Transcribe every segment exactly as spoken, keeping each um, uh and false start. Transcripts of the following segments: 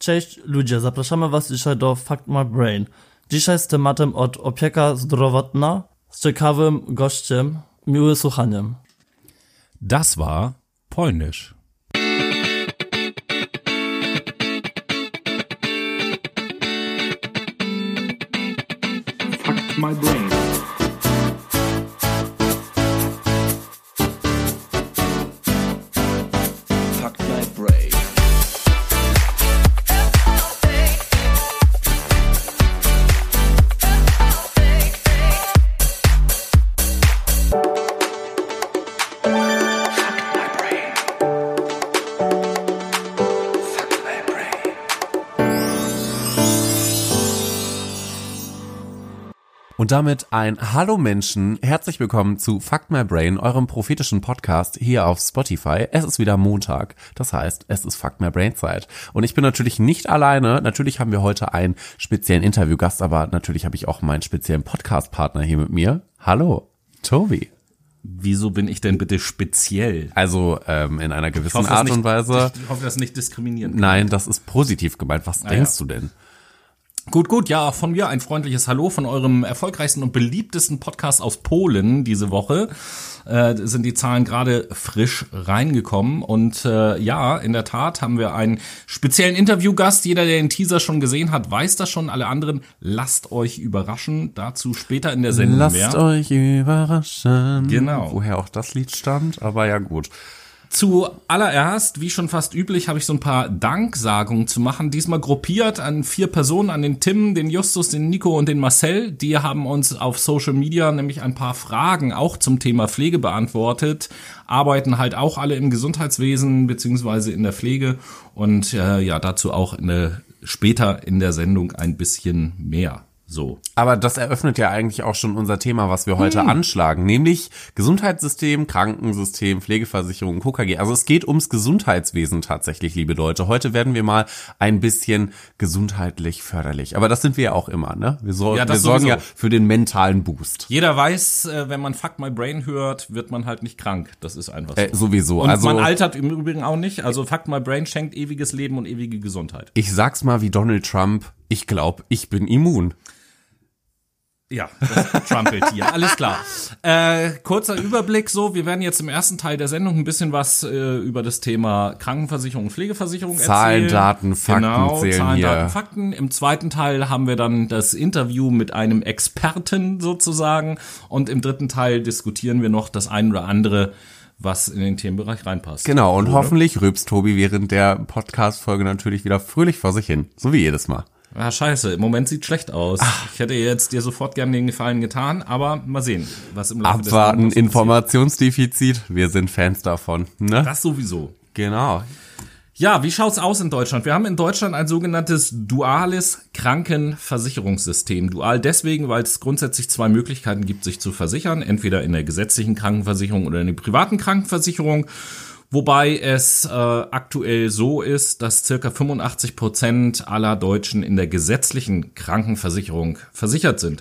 Cześć ludzie, zapraszamy was dzisiaj do Fact My Brain. Dzisiaj z tematem od opieka zdrowotna z ciekawym gościem. Miłe słuchaniem. Das war Polnisch. Fact My Brain. Fact My Brain. Und damit ein Hallo Menschen, herzlich willkommen zu Fact My Brain, eurem prophetischen Podcast hier auf Spotify. Es ist wieder Montag, das heißt, es ist Fact My Brain Zeit. Und ich bin natürlich nicht alleine, natürlich haben wir heute einen speziellen Interviewgast, aber natürlich habe ich auch meinen speziellen Podcast-Partner hier mit mir. Hallo, Tobi. Wieso bin ich denn bitte speziell? Also ähm, in einer gewissen hoffe, Art nicht, und Weise. Ich hoffe, das ist nicht diskriminierend. Nein, das ist positiv gemeint. Was ah, denkst ja. du denn? Gut, gut, ja, von mir ein freundliches Hallo von eurem erfolgreichsten und beliebtesten Podcast aus Polen diese Woche. Äh, sind die Zahlen gerade frisch reingekommen und äh, ja, in der Tat haben wir einen speziellen Interviewgast. Jeder, der den Teaser schon gesehen hat, weiß das schon. Alle anderen, lasst euch überraschen. Dazu später in der Sendung lasst mehr. Lasst euch überraschen. Genau. Woher auch das Lied stammt, aber ja gut. Zuallererst, wie schon fast üblich, habe ich so ein paar Danksagungen zu machen. Diesmal gruppiert an vier Personen, an den Tim, den Justus, den Nico und den Marcel. Die haben uns auf Social Media nämlich ein paar Fragen auch zum Thema Pflege beantwortet. Arbeiten halt auch alle im Gesundheitswesen beziehungsweise in der Pflege. Und äh, ja, dazu auch eine, später in der Sendung ein bisschen mehr. So. Aber das eröffnet ja eigentlich auch schon unser Thema, was wir heute hm. anschlagen, nämlich Gesundheitssystem, Krankensystem, Pflegeversicherung, K K G. Also es geht ums Gesundheitswesen tatsächlich, liebe Leute. Heute werden wir mal ein bisschen gesundheitlich förderlich. Aber das sind wir ja auch immer, ne? Wir, sor- ja, wir sorgen ja für den mentalen Boost. Jeder weiß, wenn man Fuck My Brain hört, wird man halt nicht krank. Das ist einfach so. Äh, sowieso. Und also, man altert im Übrigen auch nicht. Also Fuck My Brain schenkt ewiges Leben und ewige Gesundheit. Ich sag's mal wie Donald Trump, ich glaube, ich bin immun. Ja, das Trumpelt hier, alles klar. Äh, kurzer Überblick so, wir werden jetzt im ersten Teil der Sendung ein bisschen was äh, über das Thema Krankenversicherung und Pflegeversicherung erzählen. Zahlen, Daten, Fakten genau, zählen Zahlen, hier. Daten, Fakten. Im zweiten Teil haben wir dann das Interview mit einem Experten sozusagen und im dritten Teil diskutieren wir noch das ein oder andere, was in den Themenbereich reinpasst. Genau, und Oder? hoffentlich rülpst Tobi während der Podcast-Folge natürlich wieder fröhlich vor sich hin, so wie jedes Mal. Ah, scheiße, im Moment sieht schlecht aus. Ach. Ich hätte jetzt dir sofort gerne den Gefallen getan, aber mal sehen, was im Laufe Abwarten, des Informationsdefizit, wir sind Fans davon, ne? Das sowieso. Genau. Ja, wie schaut's aus in Deutschland? Wir haben in Deutschland ein sogenanntes duales Krankenversicherungssystem. Dual deswegen, weil es grundsätzlich zwei Möglichkeiten gibt, sich zu versichern. Entweder in der gesetzlichen Krankenversicherung oder in der privaten Krankenversicherung. Wobei es äh, aktuell so ist, dass circa fünfundachtzig Prozent aller Deutschen in der gesetzlichen Krankenversicherung versichert sind.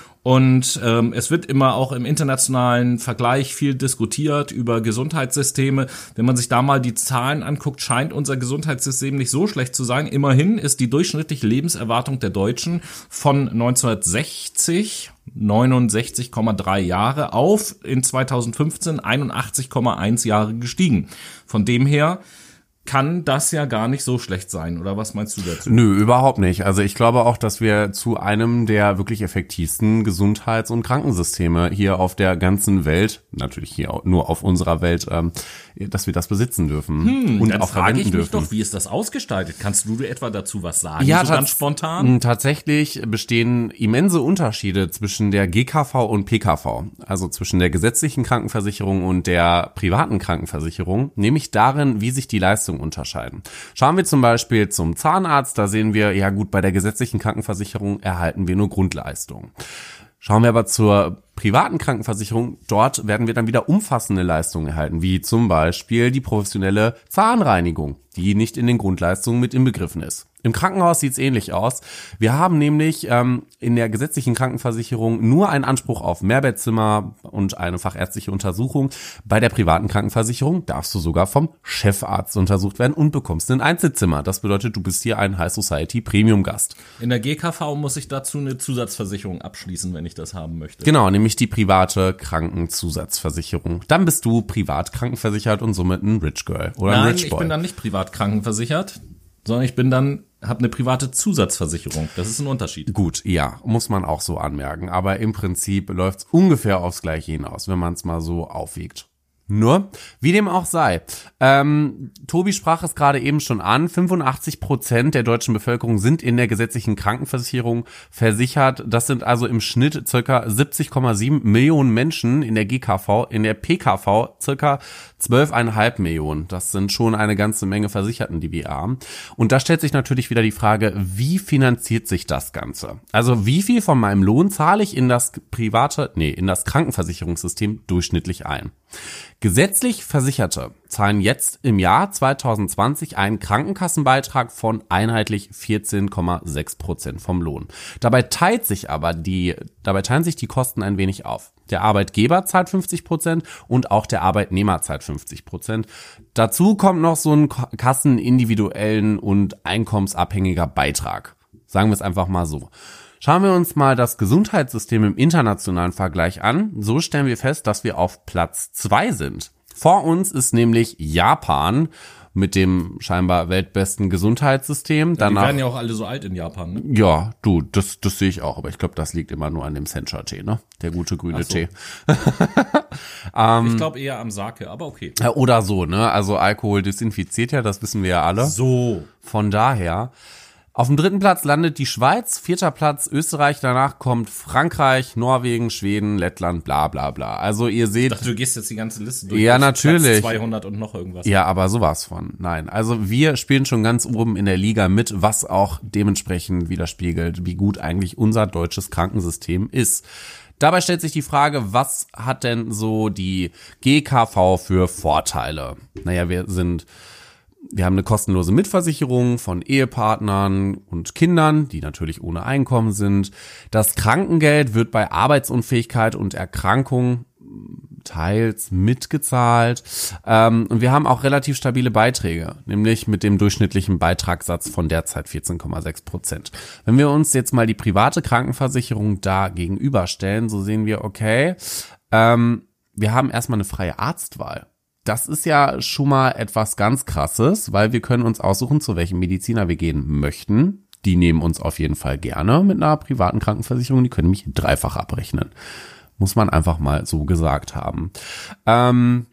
Und ähm, es wird immer auch im internationalen Vergleich viel diskutiert über Gesundheitssysteme. Wenn man sich da mal die Zahlen anguckt, scheint unser Gesundheitssystem nicht so schlecht zu sein. Immerhin ist die durchschnittliche Lebenserwartung der Deutschen von neunzehnhundertsechzig neunundsechzig Komma drei Jahre auf in zweitausendfünfzehn einundachtzig Komma eins Jahre gestiegen. Von dem her kann das ja gar nicht so schlecht sein, oder was meinst du dazu? Nö, überhaupt nicht. Also ich glaube auch, dass wir zu einem der wirklich effektivsten Gesundheits- und Krankensysteme hier auf der ganzen Welt, natürlich hier nur auf unserer Welt, ähm, dass wir das besitzen dürfen hm, und dann auch frage verwenden ich mich dürfen. Doch, wie ist das ausgestaltet? Kannst du etwa dazu was sagen? Ja, so ganz spontan? Tatsächlich bestehen immense Unterschiede zwischen der G K V und P K V, also zwischen der gesetzlichen Krankenversicherung und der privaten Krankenversicherung, nämlich darin, wie sich die Leistungen unterscheiden. Schauen wir zum Beispiel zum Zahnarzt, da sehen wir, ja gut, bei der gesetzlichen Krankenversicherung erhalten wir nur Grundleistungen. Schauen wir aber zur privaten Krankenversicherung, dort werden wir dann wieder umfassende Leistungen erhalten, wie zum Beispiel die professionelle Zahnreinigung, die nicht in den Grundleistungen mit inbegriffen ist. Im Krankenhaus sieht's ähnlich aus. Wir haben nämlich ähm, in der gesetzlichen Krankenversicherung nur einen Anspruch auf Mehrbettzimmer und eine fachärztliche Untersuchung. Bei der privaten Krankenversicherung darfst du sogar vom Chefarzt untersucht werden und bekommst ein Einzelzimmer. Das bedeutet, du bist hier ein High Society Premium Gast. In der G K V muss ich dazu eine Zusatzversicherung abschließen, wenn ich das haben möchte. Genau, nämlich die private Krankenzusatzversicherung. Dann bist du privat krankenversichert und somit ein Rich Girl oder ein Nein, Rich ich Boy. bin dann nicht privat krankenversichert, sondern ich bin dann, habe eine private Zusatzversicherung. Das ist ein Unterschied. Gut, ja, muss man auch so anmerken. Aber im Prinzip läuft's ungefähr aufs Gleiche hinaus, wenn man es mal so aufwiegt. Nur, wie dem auch sei. Ähm, Tobi sprach es gerade eben schon an, fünfundachtzig Prozent der deutschen Bevölkerung sind in der gesetzlichen Krankenversicherung versichert. Das sind also im Schnitt circa siebzig Komma sieben Millionen Menschen in der G K V, in der P K V circa zwölf Komma fünf Millionen. Das sind schon eine ganze Menge Versicherten, die wir haben. Und da stellt sich natürlich wieder die Frage, wie finanziert sich das Ganze? Also wie viel von meinem Lohn zahle ich in das private, nee, in das Krankenversicherungssystem durchschnittlich ein? Gesetzlich Versicherte zahlen jetzt im Jahr zwanzig zwanzig einen Krankenkassenbeitrag von einheitlich vierzehn Komma sechs Prozent vom Lohn. Dabei teilt sich aber die, dabei teilen sich die Kosten ein wenig auf. Der Arbeitgeber zahlt fünfzig Prozent und auch der Arbeitnehmer zahlt fünfzig Prozent. Dazu kommt noch so ein kassenindividuellen und einkommensabhängiger Beitrag. Sagen wir es einfach mal so. Schauen wir uns mal das Gesundheitssystem im internationalen Vergleich an. So stellen wir fest, dass wir auf Platz zwei sind. Vor uns ist nämlich Japan mit dem scheinbar weltbesten Gesundheitssystem. Ja, Danach, die werden ja auch alle so alt in Japan, ne? ja, du, das, das sehe ich auch. Aber ich glaube, das liegt immer nur an dem Sencha-Tee, ne? Der gute grüne Ach so. Tee. Ich glaube eher am Sake, aber okay. Ja, oder so, ne? Also Alkohol desinfiziert ja, das wissen wir ja alle. So. Von daher, auf dem dritten Platz landet die Schweiz, vierter Platz Österreich, danach kommt Frankreich, Norwegen, Schweden, Lettland, bla bla bla. Also ihr seht... Ich dachte, du gehst jetzt die ganze Liste durch. Ja, Auf natürlich. Platz zweihundert und noch irgendwas. Ja, aber sowas von. Nein, also wir spielen schon ganz oben in der Liga mit, was auch dementsprechend widerspiegelt, wie gut eigentlich unser deutsches Krankensystem ist. Dabei stellt sich die Frage, was hat denn so die G K V für Vorteile? Naja, wir sind... Wir haben eine kostenlose Mitversicherung von Ehepartnern und Kindern, die natürlich ohne Einkommen sind. Das Krankengeld wird bei Arbeitsunfähigkeit und Erkrankung teils mitgezahlt. Ähm, und wir haben auch relativ stabile Beiträge, nämlich mit dem durchschnittlichen Beitragssatz von derzeit vierzehn Komma sechs Prozent. Wenn wir uns jetzt mal die private Krankenversicherung da gegenüberstellen, so sehen wir, okay, ähm, wir haben erstmal eine freie Arztwahl. Das ist ja schon mal etwas ganz Krasses, weil wir können uns aussuchen, zu welchem Mediziner wir gehen möchten. Die nehmen uns auf jeden Fall gerne mit einer privaten Krankenversicherung. Die können nämlich dreifach abrechnen. Muss man einfach mal so gesagt haben. Ähm,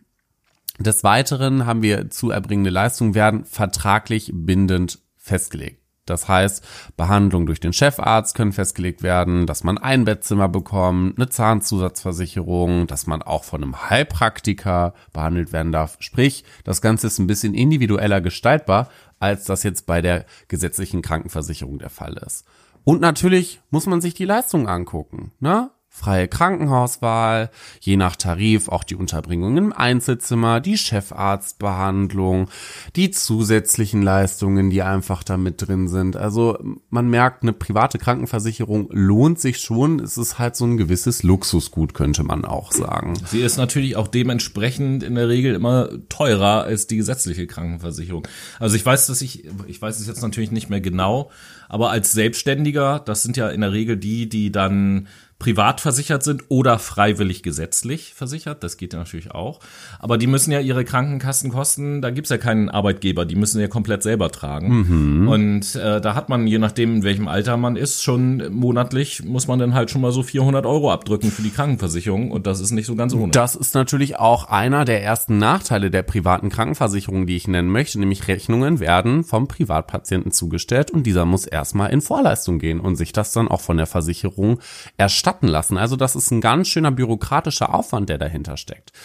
des Weiteren haben wir zu erbringende Leistungen werden vertraglich bindend festgelegt. Das heißt, Behandlungen durch den Chefarzt können festgelegt werden, dass man ein Bettzimmer bekommt, eine Zahnzusatzversicherung, dass man auch von einem Heilpraktiker behandelt werden darf. Sprich, das Ganze ist ein bisschen individueller gestaltbar, als das jetzt bei der gesetzlichen Krankenversicherung der Fall ist. Und natürlich muss man sich die Leistungen angucken, ne? Freie Krankenhauswahl, je nach Tarif auch die Unterbringung im Einzelzimmer, die Chefarztbehandlung, die zusätzlichen Leistungen, die einfach da mit drin sind. Also man merkt, eine private Krankenversicherung lohnt sich schon. Es ist halt so ein gewisses Luxusgut, könnte man auch sagen. Sie ist natürlich auch dementsprechend in der Regel immer teurer als die gesetzliche Krankenversicherung. Also ich weiß, dass ich, ich weiß es jetzt natürlich nicht mehr genau, aber als Selbstständiger, das sind ja in der Regel die, die dann privat versichert sind oder freiwillig gesetzlich versichert, das geht ja natürlich auch. Aber die müssen ja ihre Krankenkassenkosten, da gibt's ja keinen Arbeitgeber, die müssen ja komplett selber tragen. Mhm. Und äh, da hat man, je nachdem in welchem Alter man ist, schon monatlich muss man dann halt schon mal so vierhundert Euro abdrücken für die Krankenversicherung und das ist nicht so ganz ohne. Das ist natürlich auch einer der ersten Nachteile der privaten Krankenversicherung, die ich nennen möchte, nämlich Rechnungen werden vom Privatpatienten zugestellt und dieser muss erstmal in Vorleistung gehen und sich das dann auch von der Versicherung erstatten lassen. Also das ist ein ganz schöner bürokratischer Aufwand, der dahinter steckt.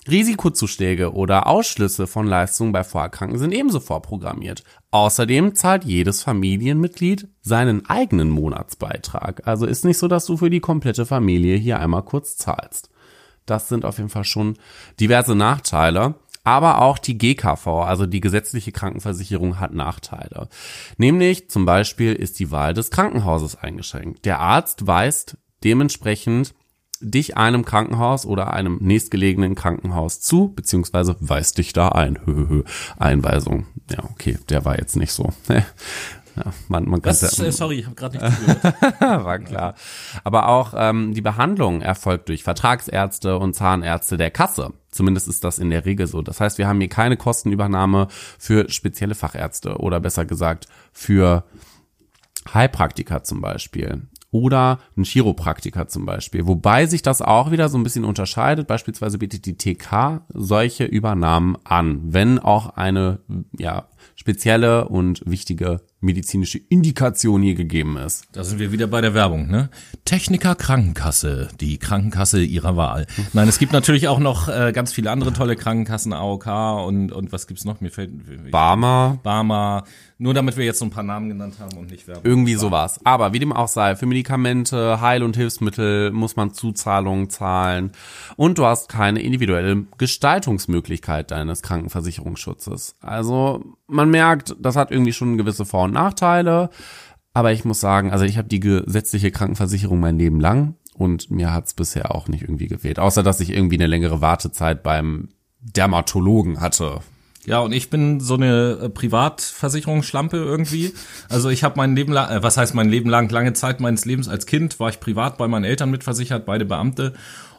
Risikozuschläge oder Ausschlüsse von Leistungen bei Vorerkrankten sind ebenso vorprogrammiert. Außerdem zahlt jedes Familienmitglied seinen eigenen Monatsbeitrag. Also ist nicht so, dass du für die komplette Familie hier einmal kurz zahlst. Das sind auf jeden Fall schon diverse Nachteile. Aber auch die G K V, also die gesetzliche Krankenversicherung, hat Nachteile. Nämlich zum Beispiel ist die Wahl des Krankenhauses eingeschränkt. Der Arzt weist dementsprechend dich einem Krankenhaus oder einem nächstgelegenen Krankenhaus zu, beziehungsweise weist dich da ein. Einweisung. Ja, okay, der war jetzt nicht so. Ja, man, man kann Was? Ja, äh, sorry, ich habe gerade nicht zugehört. War klar. Aber auch ähm, die Behandlung erfolgt durch Vertragsärzte und Zahnärzte der Kasse. Zumindest ist das in der Regel so. Das heißt, wir haben hier keine Kostenübernahme für spezielle Fachärzte oder besser gesagt für Heilpraktiker zum Beispiel. Oder ein Chiropraktiker zum Beispiel. Wobei sich das auch wieder so ein bisschen unterscheidet. Beispielsweise bietet die T K solche Übernahmen an, wenn auch eine ja spezielle und wichtige medizinische Indikation hier gegeben ist. Da sind wir wieder bei der Werbung, ne? Techniker Krankenkasse, die Krankenkasse ihrer Wahl. Nein, es gibt natürlich auch noch äh, ganz viele andere tolle Krankenkassen, A O K und und was gibt's noch? Mir fällt Barmer. Barmer. Nur damit wir jetzt so ein paar Namen genannt haben und nicht Werbung. Irgendwie sowas. Aber wie dem auch sei, für Medikamente, Heil- und Hilfsmittel muss man Zuzahlungen zahlen und du hast keine individuelle Gestaltungsmöglichkeit deines Krankenversicherungsschutzes. Also man merkt, das hat irgendwie schon gewisse Vor- und Nachteile, aber ich muss sagen, also ich habe die gesetzliche Krankenversicherung mein Leben lang und mir hat's bisher auch nicht irgendwie gefehlt, außer dass ich irgendwie eine längere Wartezeit beim Dermatologen hatte. Ja, und ich bin so eine äh, Privatversicherungsschlampe irgendwie. Also ich habe mein Leben lang, äh, was heißt mein Leben lang, lange Zeit meines Lebens als Kind war ich privat bei meinen Eltern mitversichert, beide Beamte.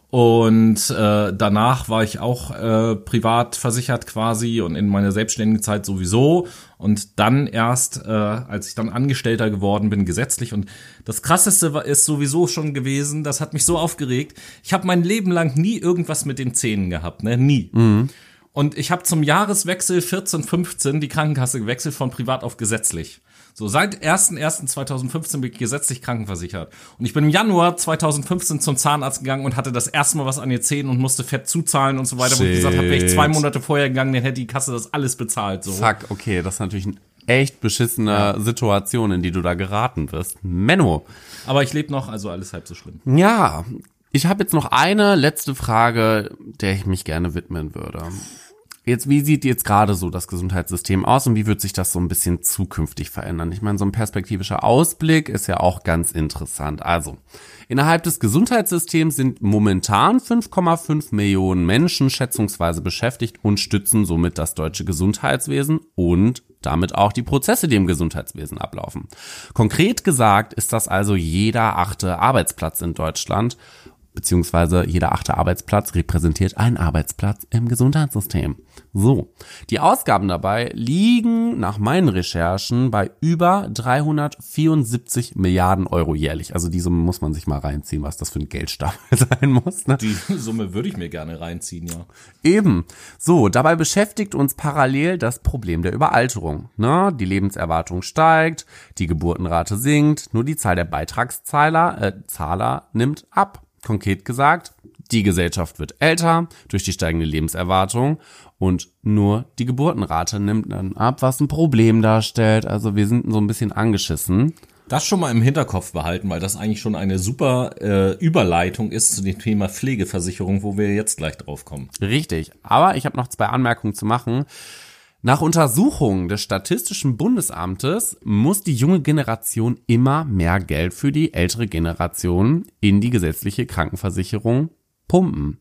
Und äh, danach war ich auch äh, privat versichert quasi und in meiner selbstständigen Zeit sowieso. Und dann erst, äh, als ich dann Angestellter geworden bin, gesetzlich. Und das Krasseste war, ist sowieso schon gewesen, das hat mich so aufgeregt. Ich habe mein Leben lang nie irgendwas mit den Zähnen gehabt, ne, nie. Mhm. Und ich habe zum Jahreswechsel vierzehn fünfzehn die Krankenkasse gewechselt von privat auf gesetzlich. So, seit erster erster zweitausendfünfzehn bin ich gesetzlich krankenversichert. Und ich bin im Januar zweitausendfünfzehn zum Zahnarzt gegangen und hatte das erste Mal was an den Zähnen und musste fett zuzahlen und so weiter. Wo ich gesagt habe, wäre ich zwei Monate vorher gegangen, dann hätte die Kasse das alles bezahlt. So. Fuck, okay, das ist natürlich eine echt beschissene ja. Situation, in die du da geraten wirst. Menno. Aber ich lebe noch, also alles halb so schlimm. Ja, ich habe jetzt noch eine letzte Frage, der ich mich gerne widmen würde. Jetzt, wie sieht jetzt gerade so das Gesundheitssystem aus und wie wird sich das so ein bisschen zukünftig verändern? Ich meine, so ein perspektivischer Ausblick ist ja auch ganz interessant. Also, innerhalb des Gesundheitssystems sind momentan fünf Komma fünf Millionen Menschen schätzungsweise beschäftigt und stützen somit das deutsche Gesundheitswesen und damit auch die Prozesse, die im Gesundheitswesen ablaufen. Konkret gesagt ist das also jeder achte Arbeitsplatz in Deutschland, beziehungsweise jeder achte Arbeitsplatz repräsentiert einen Arbeitsplatz im Gesundheitssystem. So, die Ausgaben dabei liegen nach meinen Recherchen bei über dreihundertvierundsiebzig Milliarden Euro jährlich. Also die Summe muss man sich mal reinziehen, was das für ein Geldstapel sein muss. Ne? Die Summe würde ich mir gerne reinziehen, ja. Eben. So, dabei beschäftigt uns parallel das Problem der Überalterung. Ne? Die Lebenserwartung steigt, die Geburtenrate sinkt, nur die Zahl der Beitragszahler äh, Zahler nimmt ab. Konkret gesagt, die Gesellschaft wird älter durch die steigende Lebenserwartung und nur die Geburtenrate nimmt dann ab, was ein Problem darstellt. Also wir sind so ein bisschen angeschissen. Das schon mal im Hinterkopf behalten, weil das eigentlich schon eine super äh, Überleitung ist zu dem Thema Pflegeversicherung, wo wir jetzt gleich drauf kommen. Richtig, aber ich habe noch zwei Anmerkungen zu machen. Nach Untersuchungen des Statistischen Bundesamtes muss die junge Generation immer mehr Geld für die ältere Generation in die gesetzliche Krankenversicherung pumpen.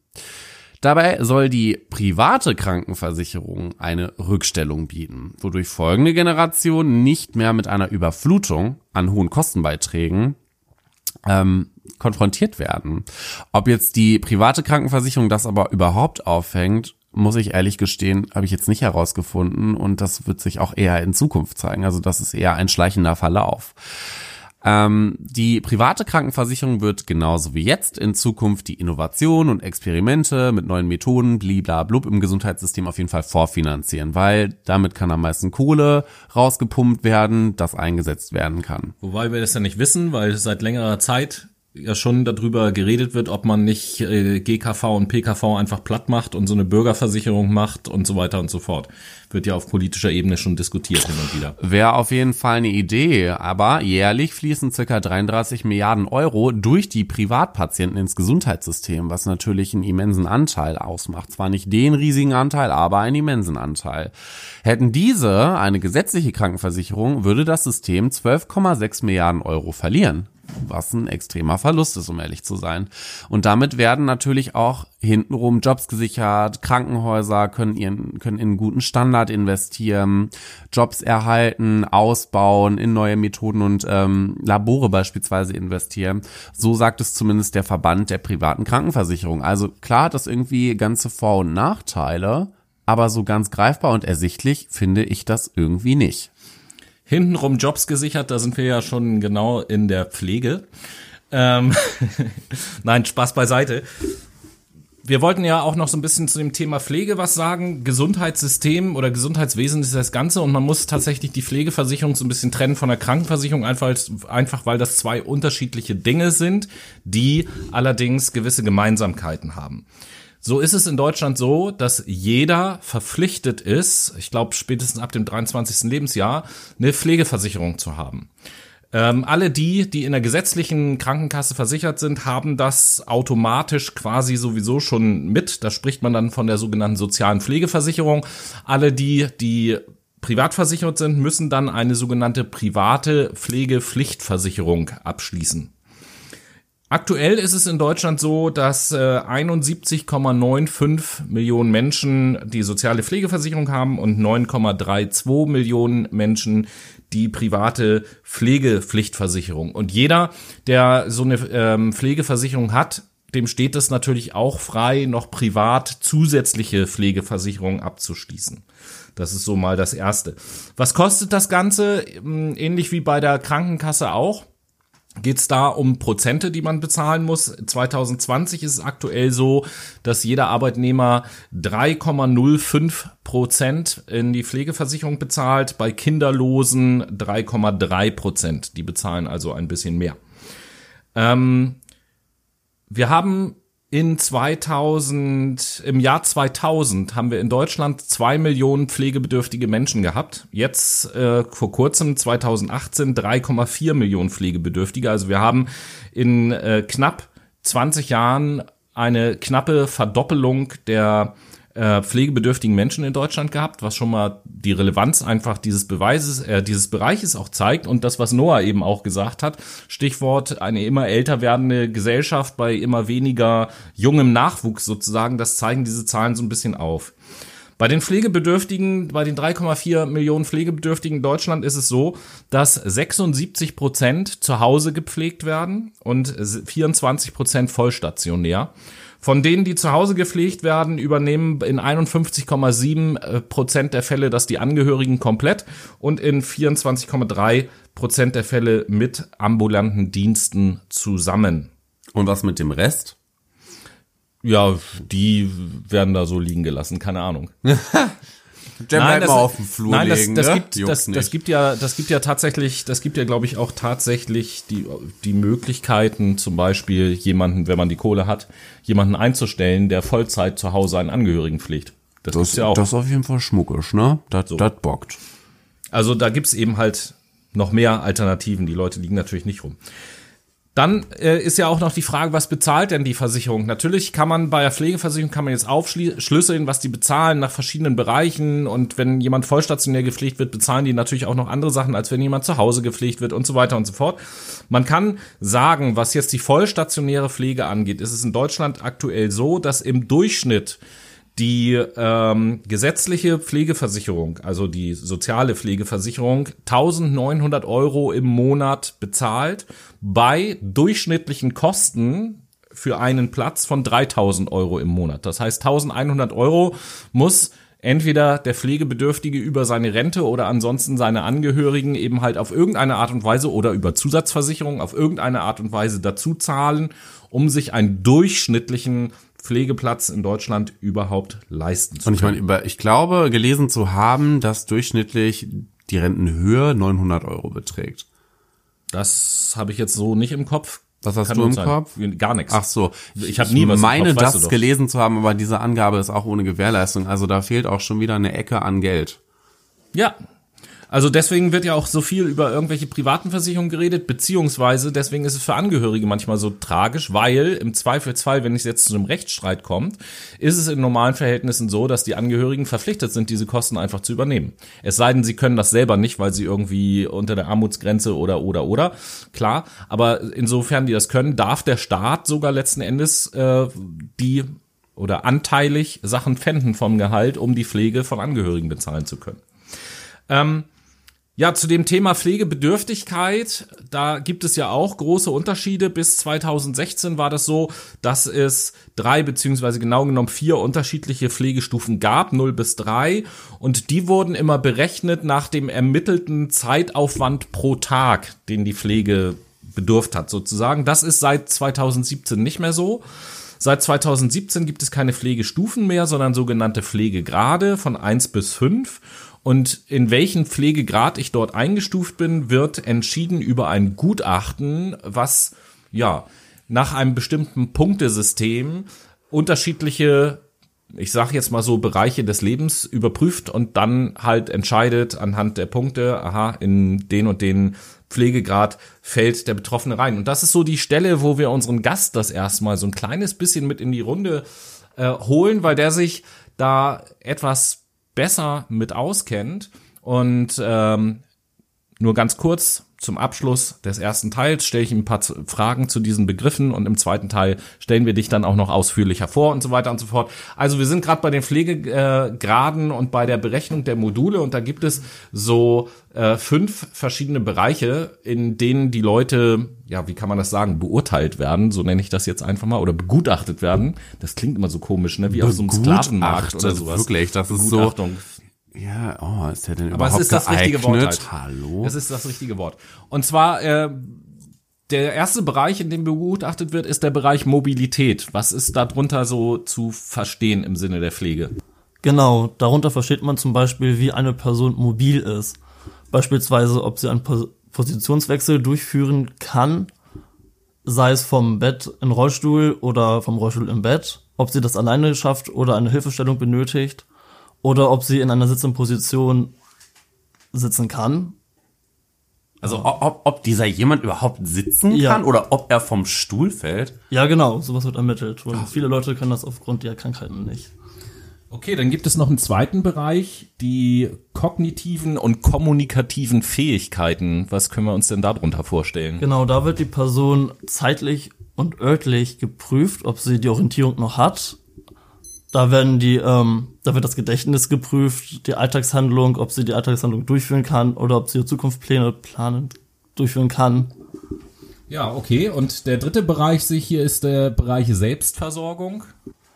Dabei soll die private Krankenversicherung eine Rückstellung bieten, wodurch folgende Generationen nicht mehr mit einer Überflutung an hohen Kostenbeiträgen ähm, konfrontiert werden. Ob jetzt die private Krankenversicherung das aber überhaupt auffängt, muss ich ehrlich gestehen, habe ich jetzt nicht herausgefunden und das wird sich auch eher in Zukunft zeigen. Also das ist eher ein schleichender Verlauf. Ähm, die private Krankenversicherung wird genauso wie jetzt in Zukunft die Innovation und Experimente mit neuen Methoden bliblablub im Gesundheitssystem auf jeden Fall vorfinanzieren, weil damit kann am meisten Kohle rausgepumpt werden, das eingesetzt werden kann. Wobei wir das ja nicht wissen, weil seit längerer Zeit ja schon darüber geredet wird, ob man nicht äh, G K V und P K V einfach platt macht und so eine Bürgerversicherung macht und so weiter und so fort. Wird ja auf politischer Ebene schon diskutiert hin und wieder. Wäre auf jeden Fall eine Idee, aber jährlich fließen circa dreiunddreißig Milliarden Euro durch die Privatpatienten ins Gesundheitssystem, was natürlich einen immensen Anteil ausmacht. Zwar nicht den riesigen Anteil, aber einen immensen Anteil. Hätten diese eine gesetzliche Krankenversicherung, würde das System zwölf Komma sechs Milliarden Euro verlieren. Was ein extremer Verlust ist, um ehrlich zu sein. Und damit werden natürlich auch hintenrum Jobs gesichert, Krankenhäuser können ihren, können in einen guten Standard investieren, Jobs erhalten, ausbauen, in neue Methoden und ähm, Labore beispielsweise investieren. So sagt es zumindest der Verband der privaten Krankenversicherung. Also klar hat das irgendwie ganze Vor- und Nachteile, aber so ganz greifbar und ersichtlich finde ich das irgendwie nicht. Hintenrum Jobs gesichert, da sind wir ja schon genau in der Pflege. Ähm, Nein, Spaß beiseite. Wir wollten ja auch noch so ein bisschen zu dem Thema Pflege was sagen. Gesundheitssystem oder Gesundheitswesen ist das Ganze und man muss tatsächlich die Pflegeversicherung so ein bisschen trennen von der Krankenversicherung, einfach, einfach weil das zwei unterschiedliche Dinge sind, die allerdings gewisse Gemeinsamkeiten haben. So ist es in Deutschland so, dass jeder verpflichtet ist, ich glaube spätestens ab dem dreiundzwanzigsten Lebensjahr, eine Pflegeversicherung zu haben. Ähm, alle die, die in der gesetzlichen Krankenkasse versichert sind, haben das automatisch quasi sowieso schon mit. Da spricht man dann von der sogenannten sozialen Pflegeversicherung. Alle die, die privat versichert sind, müssen dann eine sogenannte private Pflegepflichtversicherung abschließen. Aktuell ist es in Deutschland so, dass äh, einundsiebzig Komma fünfundneunzig Millionen Menschen die soziale Pflegeversicherung haben und neun Komma zweiunddreißig Millionen Menschen die private Pflegepflichtversicherung. Und jeder, der so eine ähm, Pflegeversicherung hat, dem steht es natürlich auch frei, noch privat zusätzliche Pflegeversicherungen abzuschließen. Das ist so mal das Erste. Was kostet das Ganze? Ähnlich wie bei der Krankenkasse auch. Geht es da um Prozente, die man bezahlen muss. zwanzig zwanzig ist es aktuell so, dass jeder Arbeitnehmer drei Komma null fünf Prozent in die Pflegeversicherung bezahlt, bei Kinderlosen drei Komma drei Prozent. Die bezahlen also ein bisschen mehr. Ähm, wir haben in zweitausend, im Jahr zweitausend haben wir in Deutschland zwei Millionen pflegebedürftige Menschen gehabt. Jetzt äh, vor kurzem, zweitausendachtzehn, drei Komma vier Millionen Pflegebedürftige. Also wir haben in äh, knapp zwanzig Jahren eine knappe Verdoppelung der äh, pflegebedürftigen Menschen in Deutschland gehabt, was schon mal die Relevanz einfach dieses Beweises, äh, dieses Bereiches auch zeigt und das, was Noah eben auch gesagt hat, Stichwort eine immer älter werdende Gesellschaft bei immer weniger jungem Nachwuchs sozusagen, das zeigen diese Zahlen so ein bisschen auf. Bei den Pflegebedürftigen, bei den drei Komma vier Millionen Pflegebedürftigen in Deutschland ist es so, dass sechsundsiebzig Prozent zu Hause gepflegt werden und vierundzwanzig Prozent vollstationär. Von denen, die zu Hause gepflegt werden, übernehmen in einundfünfzig Komma sieben Prozent der Fälle das die Angehörigen komplett und in vierundzwanzig Komma drei Prozent der Fälle mit ambulanten Diensten zusammen. Und was mit dem Rest? Ja, die werden da so liegen gelassen, keine Ahnung. Der bleibt mal auf dem Flur nein, das, legen, das ne? gibt, das, das gibt ja, das gibt ja tatsächlich, das gibt ja, glaube ich, auch tatsächlich die die Möglichkeiten, zum Beispiel jemanden, wenn man die Kohle hat, jemanden einzustellen, der Vollzeit zu Hause einen Angehörigen pflegt. Das, Das, gibt's ja auch. das ist auf jeden Fall schmuckisch, ne? Das, So. das bockt. Also da gibt's eben halt noch mehr Alternativen. Die Leute liegen natürlich nicht rum. Dann äh, ist ja auch noch die Frage, was bezahlt denn die Versicherung? Natürlich kann man bei der Pflegeversicherung kann man jetzt aufschlüsseln, was die bezahlen nach verschiedenen Bereichen. Und wenn jemand vollstationär gepflegt wird, bezahlen die natürlich auch noch andere Sachen, als wenn jemand zu Hause gepflegt wird und so weiter und so fort. Man kann sagen, was jetzt die vollstationäre Pflege angeht, ist es in Deutschland aktuell so, dass im Durchschnitt die ähm, gesetzliche Pflegeversicherung, also die soziale Pflegeversicherung, eintausendneunhundert Euro im Monat bezahlt, bei durchschnittlichen Kosten für einen Platz von dreitausend Euro im Monat. Das heißt, eintausendeinhundert Euro muss entweder der Pflegebedürftige über seine Rente oder ansonsten seine Angehörigen eben halt auf irgendeine Art und Weise oder über Zusatzversicherung auf irgendeine Art und Weise dazu zahlen, um sich einen durchschnittlichen Pflegeplatz in Deutschland überhaupt leisten zu können. Und ich meine, über, ich glaube, gelesen zu haben, dass durchschnittlich die Rentenhöhe neunhundert Euro beträgt. Das habe ich jetzt so nicht im Kopf. Was hast Kann du gut im sein. Kopf? Gar nichts. Ach so. Ich habe nie was im meine, Kopf, weißt du das doch. gelesen zu haben, aber diese Angabe ist auch ohne Gewährleistung. Also da fehlt auch schon wieder eine Ecke an Geld. Ja, also deswegen wird ja auch so viel über irgendwelche privaten Versicherungen geredet, beziehungsweise deswegen ist es für Angehörige manchmal so tragisch, weil im Zweifelsfall, wenn es jetzt zu einem Rechtsstreit kommt, ist es in normalen Verhältnissen so, dass die Angehörigen verpflichtet sind, diese Kosten einfach zu übernehmen. Es sei denn, sie können das selber nicht, weil sie irgendwie unter der Armutsgrenze oder, oder, oder, klar, aber insofern die das können, darf der Staat sogar letzten Endes äh, die oder anteilig Sachen pfänden vom Gehalt, um die Pflege von Angehörigen bezahlen zu können. Ähm, Ja, zu dem Thema Pflegebedürftigkeit, da gibt es ja auch große Unterschiede. Bis zweitausendsechzehn war das so, dass es drei beziehungsweise genau genommen vier unterschiedliche Pflegestufen gab, null bis drei. Und die wurden immer berechnet nach dem ermittelten Zeitaufwand pro Tag, den die Pflege bedurft hat sozusagen. Das ist seit zweitausendsiebzehn nicht mehr so. Seit zweitausendsiebzehn gibt es keine Pflegestufen mehr, sondern sogenannte Pflegegrade von eins bis fünf. Und in welchen Pflegegrad ich dort eingestuft bin, wird entschieden über ein Gutachten, was ja nach einem bestimmten Punktesystem unterschiedliche, ich sage jetzt mal so, Bereiche des Lebens überprüft und dann halt entscheidet anhand der Punkte, aha, in den und den Pflegegrad fällt der Betroffene rein. Und das ist so die Stelle, wo wir unseren Gast das erstmal so ein kleines bisschen mit in die Runde äh, holen, weil der sich da etwas besser mit auskennt. Und ähm, nur ganz kurz zum Abschluss des ersten Teils stelle ich ihm ein paar Fragen zu diesen Begriffen und im zweiten Teil stellen wir dich dann auch noch ausführlicher vor und so weiter und so fort. Also wir sind gerade bei den Pflegegraden äh, und bei der Berechnung der Module und da gibt es so äh, fünf verschiedene Bereiche, in denen die Leute, ja, wie kann man das sagen, beurteilt werden, so nenne ich das jetzt einfach mal, oder begutachtet werden. Das klingt immer so komisch, ne, wie auf so einem Sklavenmarkt oder sowas. Wirklich, das ist so. Ja, oh, ist der denn Aber überhaupt es ist das geeignet? richtige Wort halt. Hallo? Es ist das richtige Wort. Und zwar, äh, der erste Bereich, in dem begutachtet wird, ist der Bereich Mobilität. Was ist darunter so zu verstehen im Sinne der Pflege? Genau, darunter versteht man zum Beispiel, wie eine Person mobil ist. Beispielsweise, ob sie einen Pos- Positionswechsel durchführen kann, sei es vom Bett in Rollstuhl oder vom Rollstuhl im Bett, ob sie das alleine schafft oder eine Hilfestellung benötigt, oder ob sie in einer sitzenden Position sitzen kann. Also ob, ob dieser jemand überhaupt sitzen Ja. kann oder ob er vom Stuhl fällt? Ja, genau, sowas wird ermittelt. Und viele Leute können das aufgrund ihrer Krankheiten nicht. Okay, dann gibt es noch einen zweiten Bereich, die kognitiven und kommunikativen Fähigkeiten. Was können wir uns denn darunter vorstellen? Genau, da wird die Person zeitlich und örtlich geprüft, ob sie die Orientierung noch hat. Da werden die, ähm, da wird das Gedächtnis geprüft, die Alltagshandlung, ob sie die Alltagshandlung durchführen kann oder ob sie ihre Zukunftspläne planen durchführen kann. Ja, okay. Und der dritte Bereich sich hier ist der Bereich Selbstversorgung.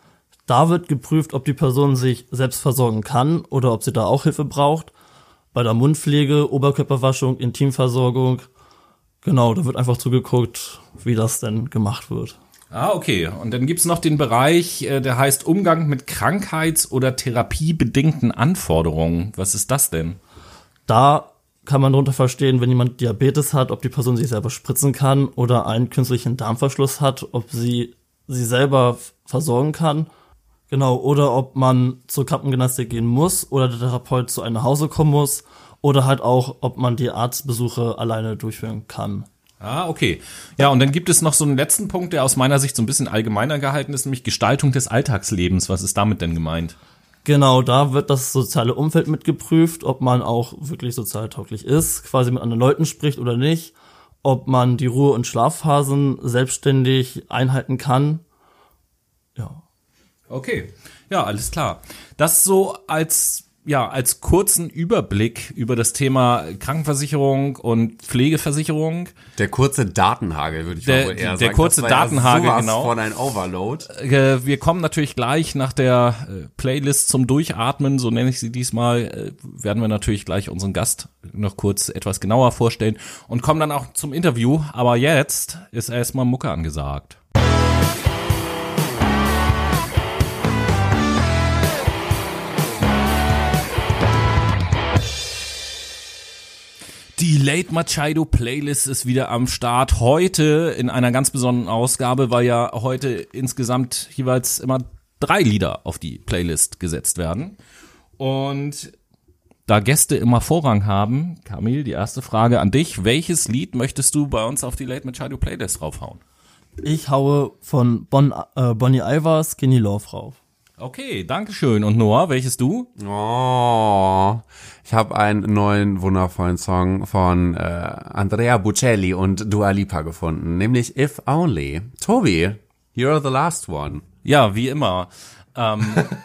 Da wird geprüft, ob die Person sich selbst versorgen kann oder ob sie da auch Hilfe braucht. Bei der Mundpflege, Oberkörperwaschung, Intimversorgung. Genau, da wird einfach zugeguckt, wie das denn gemacht wird. Ah, okay. Und dann gibt's noch den Bereich, äh, der heißt Umgang mit krankheits- oder therapiebedingten Anforderungen. Was ist das denn? Da kann man darunter verstehen, wenn jemand Diabetes hat, ob die Person sich selber spritzen kann oder einen künstlichen Darmverschluss hat, ob sie sie selber versorgen kann. Genau, oder ob man zur Krampengymnastik gehen muss oder der Therapeut zu einem nach Hause kommen muss oder halt auch, ob man die Arztbesuche alleine durchführen kann. Ah, okay. Ja, und dann gibt es noch so einen letzten Punkt, der aus meiner Sicht so ein bisschen allgemeiner gehalten ist, nämlich Gestaltung des Alltagslebens. Was ist damit denn gemeint? Genau, da wird das soziale Umfeld mitgeprüft, ob man auch wirklich sozial tauglich ist, quasi mit anderen Leuten spricht oder nicht, ob man die Ruhe- und Schlafphasen selbstständig einhalten kann. Ja. Okay. Ja, alles klar. Das so als ja, als kurzen Überblick über das Thema Krankenversicherung und Pflegeversicherung. Der kurze Datenhagel, würde ich Der- mal wohl eher der sagen. kurze Das war Datenhagel, ja sowas genau. von ein Overload. Äh, Wir kommen natürlich gleich nach der äh, Playlist zum Durchatmen, so nenne ich sie diesmal, äh, werden wir natürlich gleich unseren Gast noch kurz etwas genauer vorstellen und kommen dann auch zum Interview. Aber jetzt ist erstmal Mucke angesagt. Die Late Machado Playlist ist wieder am Start. Heute in einer ganz besonderen Ausgabe, weil ja heute insgesamt jeweils immer drei Lieder auf die Playlist gesetzt werden. Und da Gäste immer Vorrang haben, Kamil, die erste Frage an dich. Welches Lied möchtest du bei uns auf die Late Machado Playlist raufhauen? Ich haue von bon, äh, Bonnie Iver Skinny Love rauf. Okay, dankeschön. Und Noah, welches du? Oh, ich habe einen neuen wundervollen Song von äh, Andrea Bocelli und Dua Lipa gefunden, nämlich If Only. Tobi, you're the last one. Ja, wie immer. Ähm,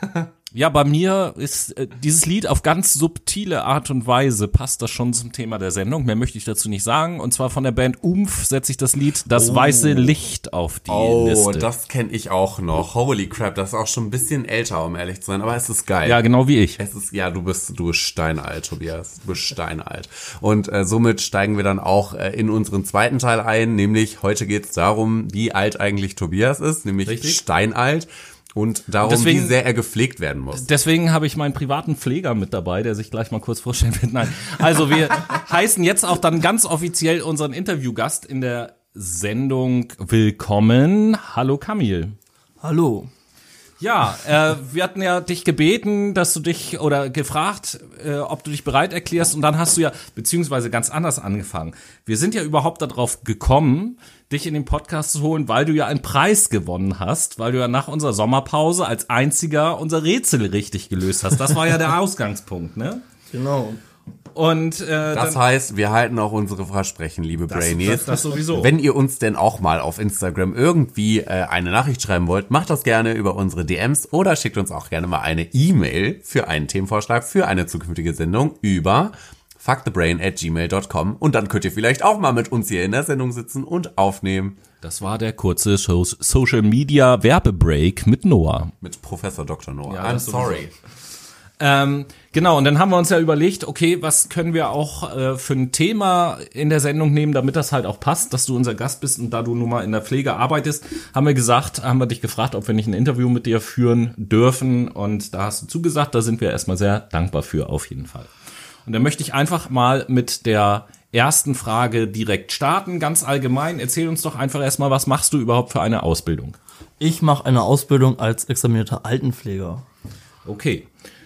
ja, bei mir ist äh, dieses Lied auf ganz subtile Art und Weise passt das schon zum Thema der Sendung. Mehr möchte ich dazu nicht sagen. Und zwar von der Band Umf setze ich das Lied Das Oh. weiße Licht auf die Oh, Liste. das kenne ich auch noch. Holy crap, das ist auch schon ein bisschen älter, um ehrlich zu sein, aber es ist geil. Ja, genau wie ich. Es ist, ja, du bist, du bist steinalt, Tobias. Du bist steinalt. Und äh, somit steigen wir dann auch äh, in unseren zweiten Teil ein, nämlich heute geht es darum, wie alt eigentlich Tobias ist, nämlich Richtig. steinalt. Und darum, Deswegen- wie sehr er gepflegt werden muss. Deswegen habe ich meinen privaten Pfleger mit dabei, der sich gleich mal kurz vorstellen wird. Nein. Also wir heißen jetzt auch dann ganz offiziell unseren Interviewgast in der Sendung willkommen. Hallo Kamil. Hallo. Ja, äh, wir hatten ja dich gebeten, dass du dich oder gefragt, äh, ob du dich bereit erklärst, und dann hast du ja beziehungsweise ganz anders angefangen. Wir sind ja überhaupt darauf gekommen, dich in den Podcast zu holen, weil du ja einen Preis gewonnen hast, weil du ja nach unserer Sommerpause als einziger unser Rätsel richtig gelöst hast. Das war ja der Ausgangspunkt, ne? Genau. Und äh, Das dann, heißt, wir halten auch unsere Versprechen, liebe Brainies. das, das sowieso. Wenn ihr uns denn auch mal auf Instagram irgendwie äh, eine Nachricht schreiben wollt, macht das gerne über unsere D Ms oder schickt uns auch gerne mal eine E-Mail für einen Themenvorschlag für eine zukünftige Sendung über fuck the brain at gmail dot com und dann könnt ihr vielleicht auch mal mit uns hier in der Sendung sitzen und aufnehmen Das war der kurze so- Social Media Werbebreak mit Noah. mit Professor Doktor Noah. Ja, I'm das sowieso. sorry. Ähm, genau, und dann haben wir uns ja überlegt, okay, was können wir auch äh, für ein Thema in der Sendung nehmen, damit das halt auch passt, dass du unser Gast bist, und da du nun mal in der Pflege arbeitest, haben wir gesagt, haben wir dich gefragt, ob wir nicht ein Interview mit dir führen dürfen, und da hast du zugesagt, da sind wir erstmal sehr dankbar für, auf jeden Fall. Und dann möchte ich einfach mal mit der ersten Frage direkt starten, ganz allgemein. Erzähl uns doch einfach erstmal, was machst du überhaupt für eine Ausbildung? Ich mache eine Ausbildung als examinierter Altenpfleger. Okay.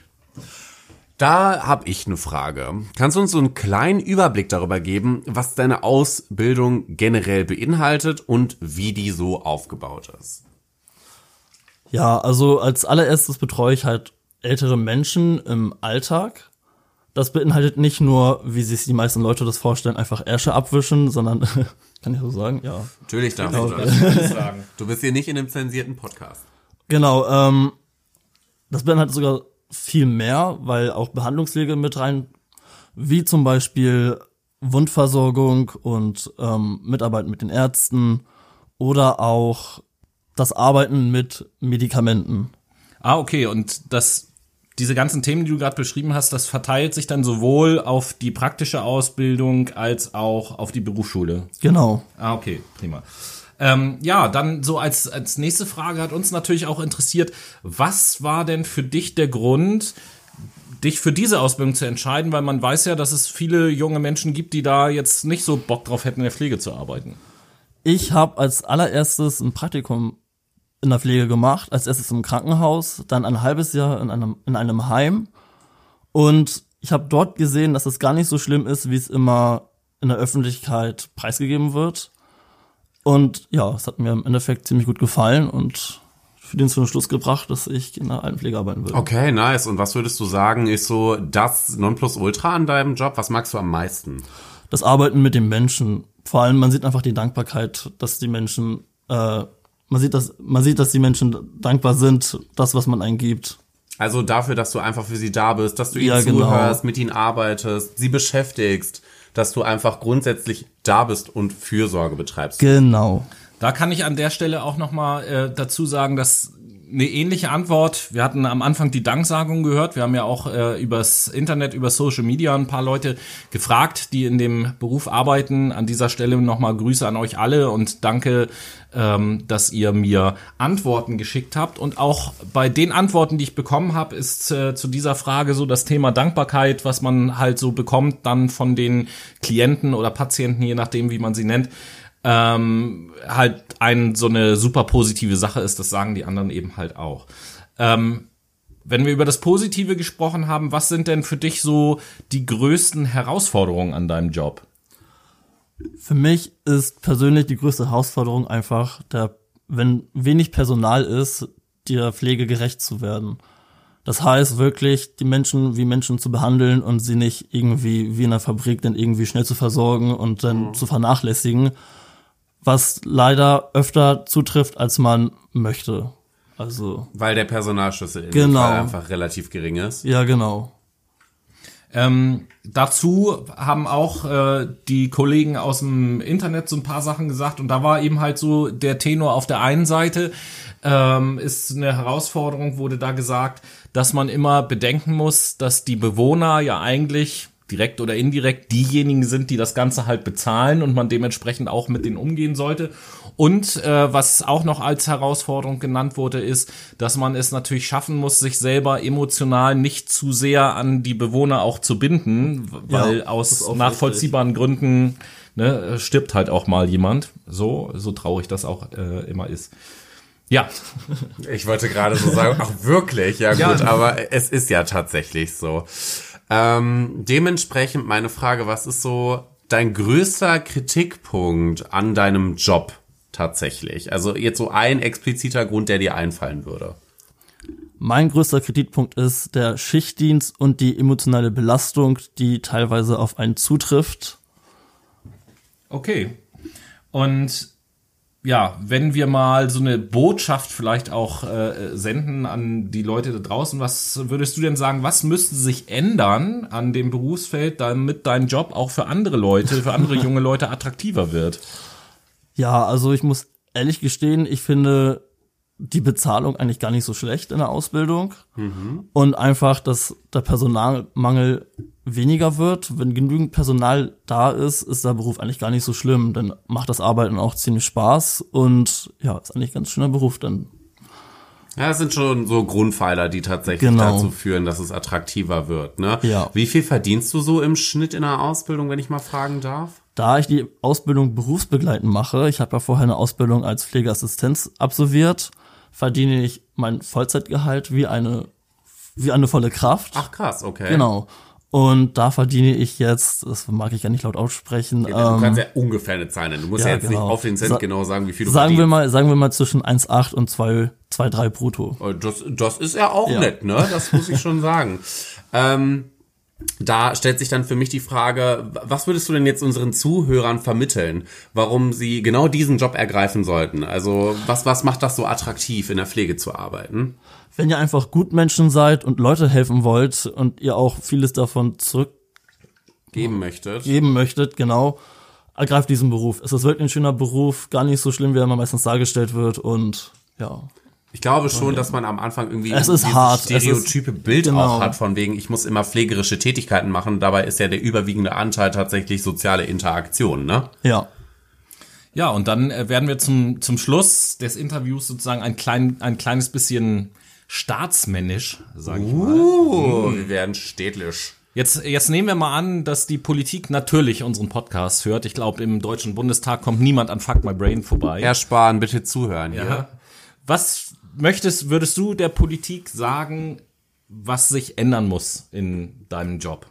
Da habe ich eine Frage. Kannst du uns so einen kleinen Überblick darüber geben, was deine Ausbildung generell beinhaltet und wie die so aufgebaut ist? Ja, also als allererstes betreue ich halt ältere Menschen im Alltag. Das beinhaltet nicht nur, wie sich die meisten Leute das vorstellen, einfach Ärsche abwischen, sondern, kann ich so sagen? Ja. Natürlich darfst Genau. du das. Du bist hier nicht in einem zensierten Podcast. Genau, ähm, das beinhaltet sogar viel mehr, weil auch Behandlungspflege mit rein, wie zum Beispiel Wundversorgung und ähm, Mitarbeit mit den Ärzten oder auch das Arbeiten mit Medikamenten. Ah, okay, und das, diese ganzen Themen, die du gerade beschrieben hast, das verteilt sich dann sowohl auf die praktische Ausbildung als auch auf die Berufsschule. Genau. Ah, okay, prima. Ähm, ja, dann so als, als nächste Frage hat uns natürlich auch interessiert, was war denn für dich der Grund, dich für diese Ausbildung zu entscheiden? Weil man weiß ja, dass es viele junge Menschen gibt, die da jetzt nicht so Bock drauf hätten, in der Pflege zu arbeiten. Ich habe als allererstes ein Praktikum in der Pflege gemacht, als erstes im Krankenhaus, dann ein halbes Jahr in einem, in einem Heim, und ich habe dort gesehen, dass es gar nicht so schlimm ist, wie es immer in der Öffentlichkeit preisgegeben wird. Und ja, es hat mir im Endeffekt ziemlich gut gefallen und für den zum Schluss gebracht, dass ich in der Altenpflege arbeiten will. Okay, nice. Und was würdest du sagen, ist so das Nonplusultra an deinem Job? Was magst du am meisten? Das Arbeiten mit den Menschen. Vor allem, man sieht einfach die Dankbarkeit, dass die Menschen, äh, man sieht, dass, man sieht, dass die Menschen dankbar sind, das, was man ihnen gibt. Also dafür, dass du einfach für sie da bist, dass du ihnen Ja, genau. zuhörst, mit ihnen arbeitest, sie beschäftigst, dass du einfach grundsätzlich da bist und Fürsorge betreibst. Genau. Da kann ich an der Stelle auch nochmal äh, dazu sagen, dass eine ähnliche Antwort. Wir hatten am Anfang die Danksagung gehört. Wir haben ja auch äh, übers Internet, über Social Media ein paar Leute gefragt, die in dem Beruf arbeiten. An dieser Stelle nochmal Grüße an euch alle und danke, ähm, dass ihr mir Antworten geschickt habt. Und auch bei den Antworten, die ich bekommen habe, ist äh, zu dieser Frage so das Thema Dankbarkeit, was man halt so bekommt dann von den Klienten oder Patienten, je nachdem, wie man sie nennt, Ähm, halt ein, so eine super positive Sache ist, das sagen die anderen eben halt auch. Ähm, wenn wir über das Positive gesprochen haben, was sind denn für dich so die größten Herausforderungen an deinem Job? Für mich ist persönlich die größte Herausforderung einfach, der, wenn wenig Personal ist, der Pflege gerecht zu werden. Das heißt wirklich, die Menschen wie Menschen zu behandeln und sie nicht irgendwie wie in der Fabrik dann irgendwie schnell zu versorgen und dann mhm. zu vernachlässigen, was leider öfter zutrifft, als man möchte. Also weil der Personalschlüssel in genau. dem Fall einfach relativ gering ist. Ja, genau. Ähm, dazu haben auch äh, die Kollegen aus dem Internet so ein paar Sachen gesagt und da war eben halt so der Tenor auf der einen Seite, ähm, ist eine Herausforderung, wurde da gesagt, dass man immer bedenken muss, dass die Bewohner ja eigentlich direkt oder indirekt diejenigen sind, die das Ganze halt bezahlen und man dementsprechend auch mit denen umgehen sollte. Und äh, was auch noch als Herausforderung genannt wurde, ist, dass man es natürlich schaffen muss, sich selber emotional nicht zu sehr an die Bewohner auch zu binden, weil ja, aus nachvollziehbaren richtig. Gründen ne, stirbt halt auch mal jemand. So, so traurig das auch äh, immer ist. Ja. Ich wollte gerade so sagen, ach wirklich, ja gut, ja. aber es ist ja tatsächlich so. Ähm, dementsprechend meine Frage, was ist so dein größter Kritikpunkt an deinem Job tatsächlich? Also jetzt so ein expliziter Grund, der dir einfallen würde. Mein größter Kritikpunkt ist der Schichtdienst und die emotionale Belastung, die teilweise auf einen zutrifft. Okay. Und ja, wenn wir mal so eine Botschaft vielleicht auch äh, senden an die Leute da draußen, was würdest du denn sagen, was müsste sich ändern an dem Berufsfeld, damit dein Job auch für andere Leute, für andere junge Leute attraktiver wird? Ja, also ich muss ehrlich gestehen, ich finde die Bezahlung eigentlich gar nicht so schlecht in der Ausbildung mhm. und einfach, dass der Personalmangel weniger wird. Wenn genügend Personal da ist, ist der Beruf eigentlich gar nicht so schlimm. Dann macht das Arbeiten auch ziemlich Spaß und ja, ist eigentlich ein ganz schöner Beruf dann. Ja, das sind schon so Grundpfeiler, die tatsächlich genau. dazu führen, dass es attraktiver wird, ne? Ja. Wie viel verdienst du so im Schnitt in der Ausbildung, wenn ich mal fragen darf? Da ich die Ausbildung berufsbegleitend mache, ich habe ja vorher eine Ausbildung als Pflegeassistenz absolviert, verdiene ich mein Vollzeitgehalt wie eine wie eine volle Kraft. Ach krass, okay. Genau. Und da verdiene ich jetzt, das mag ich ja nicht laut aussprechen. Ja, du kannst ja ungefähr eine Zahl nennen. Du musst ja, ja jetzt genau. nicht auf den Cent Sa- genau sagen, wie viel du sagen verdienst. Wir mal, sagen wir mal zwischen eins Komma acht und zwei Komma drei brutto. Das, das ist ja auch ja. nett, ne? Das muss ich schon sagen. Ähm, da stellt sich dann für mich die Frage, was würdest du denn jetzt unseren Zuhörern vermitteln, warum sie genau diesen Job ergreifen sollten? Also was, was macht das so attraktiv, in der Pflege zu arbeiten? Wenn ihr einfach Gutmenschen seid und Leute helfen wollt und ihr auch vieles davon zurückgeben möchtet, geben möchtet, genau, ergreift diesen Beruf. Es ist wirklich ein schöner Beruf, gar nicht so schlimm, wie er immer meistens dargestellt wird und ja. Ich glaube schon, dass man am Anfang irgendwie es ist dieses hart. stereotype es ist, Bild genau. auch hat, von wegen, ich muss immer pflegerische Tätigkeiten machen. Dabei ist ja der überwiegende Anteil tatsächlich soziale Interaktion, ne? Ja. Ja, und dann äh, werden wir zum zum Schluss des Interviews sozusagen ein klein ein kleines bisschen staatsmännisch, sage ich mal. Uh, wir werden städtlich. Jetzt, jetzt nehmen wir mal an, dass die Politik natürlich unseren Podcast hört. Ich glaube, im Deutschen Bundestag kommt niemand an Fuck My Brain vorbei. Herr Spahn, bitte zuhören. Ja. Hier. Was möchtest, würdest du der Politik sagen, was sich ändern muss in deinem Job?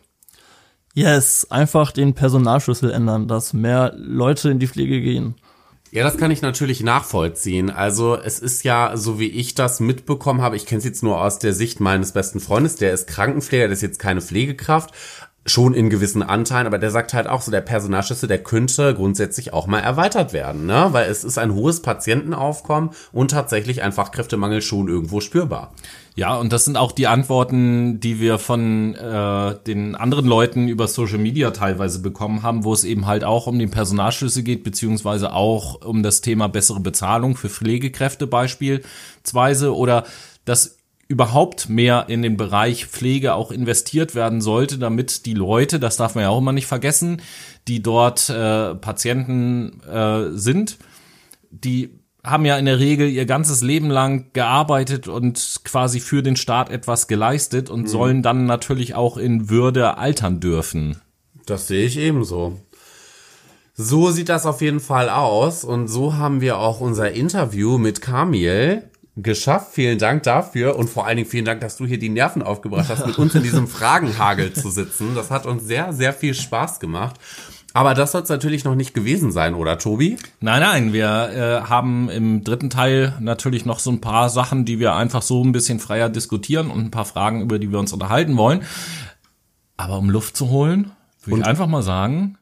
Yes, einfach den Personalschlüssel ändern, dass mehr Leute in die Pflege gehen. Ja, das kann ich natürlich nachvollziehen. Also es ist ja, so wie ich das mitbekommen habe, ich kenne es jetzt nur aus der Sicht meines besten Freundes, der ist Krankenpfleger, der ist jetzt keine Pflegekraft, schon in gewissen Anteilen, aber der sagt halt auch so, der Personalschlüssel, der könnte grundsätzlich auch mal erweitert werden, ne? Weil es ist ein hohes Patientenaufkommen und tatsächlich ein Fachkräftemangel schon irgendwo spürbar. Ja, und das sind auch die Antworten, die wir von äh, den anderen Leuten über Social Media teilweise bekommen haben, wo es eben halt auch um den Personalschlüssel geht, beziehungsweise auch um das Thema bessere Bezahlung für Pflegekräfte beispielsweise oder dass überhaupt mehr in den Bereich Pflege auch investiert werden sollte, damit die Leute, das darf man ja auch immer nicht vergessen, die dort äh, Patienten äh, sind, die haben ja in der Regel ihr ganzes Leben lang gearbeitet und quasi für den Staat etwas geleistet und mhm. sollen dann natürlich auch in Würde altern dürfen. Das sehe ich ebenso. So sieht das auf jeden Fall aus und so haben wir auch unser Interview mit Kamil geschafft. Vielen Dank dafür und vor allen Dingen vielen Dank, dass du hier die Nerven aufgebracht hast, mit uns in diesem Fragenhagel zu sitzen. Das hat uns sehr, sehr viel Spaß gemacht. Aber das soll es natürlich noch nicht gewesen sein, oder Tobi? Nein, nein, wir äh, haben im dritten Teil natürlich noch so ein paar Sachen, die wir einfach so ein bisschen freier diskutieren und ein paar Fragen, über die wir uns unterhalten wollen. Aber um Luft zu holen, würde ich einfach mal sagen...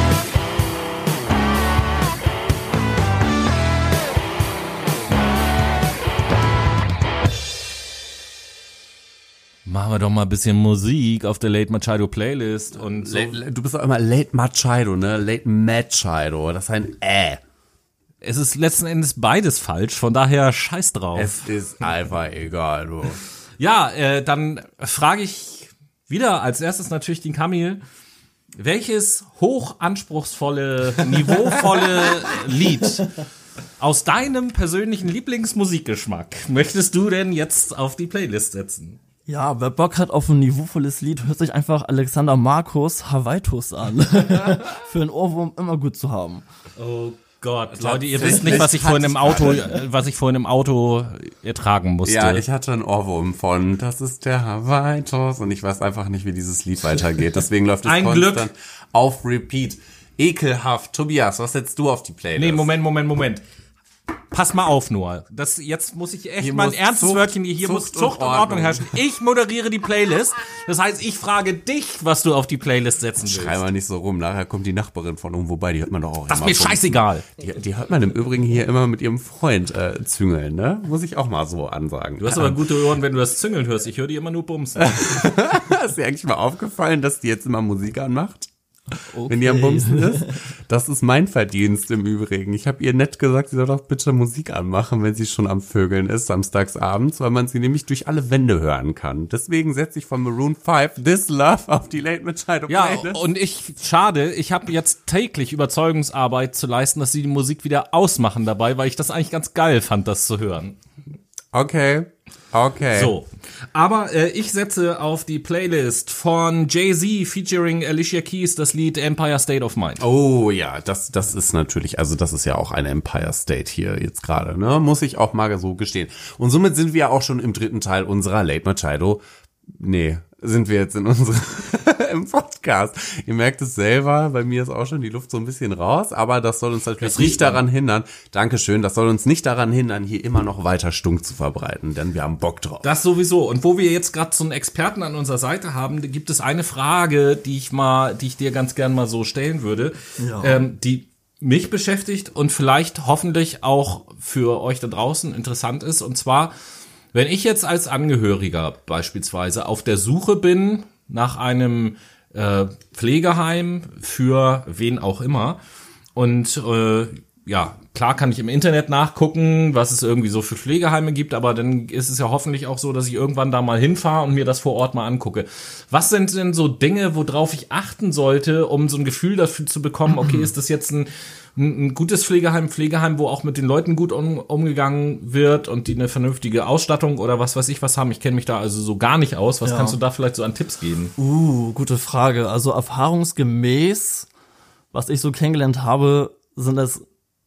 Machen wir doch mal ein bisschen Musik auf der Late Machado Playlist und so. Late, du bist doch immer Late Machado, ne? Late Machado, das ist ein Äh. Es ist letzten Endes beides falsch, von daher scheiß drauf. Es ist einfach egal, du. Ja, äh, dann frage ich wieder als erstes natürlich den Kamil, welches hochanspruchsvolle, niveauvolle Lied aus deinem persönlichen Lieblingsmusikgeschmack möchtest du denn jetzt auf die Playlist setzen? Ja, wer Bock hat auf ein niveauvolles Lied, hört sich einfach Alexander Markus Hawaiitus an. Für einen Ohrwurm immer gut zu haben. Oh Gott, Leute, ihr wisst nicht, was ich vorhin im Auto, was ich vorhin im Auto ertragen musste. Ja, ich hatte einen Ohrwurm von, das ist der Hawaiitus und ich weiß einfach nicht, wie dieses Lied weitergeht. Deswegen läuft es Ein konstant Glück. auf Repeat. Ekelhaft. Tobias, was setzt du auf die Playlist? Nee, Moment, Moment, Moment. Pass mal auf nur. Das, jetzt muss ich echt Hier mal ein muss ernstes Zucht- Wörtchen hier. Hier Zucht muss Zucht und und Ordnung Ordnung. herrschen. Ich moderiere die Playlist. Das heißt, ich frage dich, was du auf die Playlist setzen willst. Schrei mal nicht so rum, nachher kommt die Nachbarin von oben, wobei, die hört man doch auch Das ist immer mir vom- scheißegal. Die, die hört man im Übrigen hier immer mit ihrem Freund äh, züngeln, ne? Muss ich auch mal so ansagen. Du hast aber gute Ohren, wenn du das Züngeln hörst. Ich höre die immer nur bumsen. Ist dir eigentlich mal aufgefallen, dass die jetzt immer Musik anmacht? Okay. Wenn die am Bumsen ist? Das ist mein Verdienst im Übrigen. Ich habe ihr nett gesagt, sie soll doch bitte Musik anmachen, wenn sie schon am Vögeln ist, samstags abends, weil man sie nämlich durch alle Wände hören kann. Deswegen setze ich von Maroon fünf This Love auf die Late Machado Ja, Playlist. und ich, schade, ich habe jetzt täglich Überzeugungsarbeit zu leisten, dass sie die Musik wieder ausmachen dabei, weil ich das eigentlich ganz geil fand, das zu hören. Okay, okay. So, aber äh, ich setze auf die Playlist von Jay-Z featuring Alicia Keys das Lied Empire State of Mind. Oh ja, das das ist natürlich, also das ist ja auch ein Empire State hier jetzt gerade, ne? Muss ich auch mal so gestehen. Und somit sind wir auch schon im dritten Teil unserer Late Machado. Nee, sind wir jetzt in unserem im Podcast. Ihr merkt es selber, bei mir ist auch schon die Luft so ein bisschen raus, aber das soll uns natürlich Das riecht nicht daran hindern. Dankeschön, das soll uns nicht daran hindern, hier immer noch weiter Stunk zu verbreiten, denn wir haben Bock drauf. Das sowieso. Und wo wir jetzt gerade so einen Experten an unserer Seite haben, gibt es eine Frage, die ich mal, die ich dir ganz gern mal so stellen würde, Ja. ähm, die mich beschäftigt und vielleicht hoffentlich auch für euch da draußen interessant ist. Und zwar, wenn ich jetzt als Angehöriger beispielsweise auf der Suche bin nach einem äh, Pflegeheim für wen auch immer und äh, ja, klar kann ich im Internet nachgucken, was es irgendwie so für Pflegeheime gibt, aber dann ist es ja hoffentlich auch so, dass ich irgendwann da mal hinfahre und mir das vor Ort mal angucke. Was sind denn so Dinge, worauf ich achten sollte, um so ein Gefühl dafür zu bekommen, okay, ist das jetzt ein, ein, ein gutes Pflegeheim, Pflegeheim, wo auch mit den Leuten gut um, umgegangen wird und die eine vernünftige Ausstattung oder was weiß ich was haben. Ich kenne mich da also so gar nicht aus. Was Ja. kannst du da vielleicht so an Tipps geben? Uh, gute Frage. Also erfahrungsgemäß, was ich so kennengelernt habe, sind das,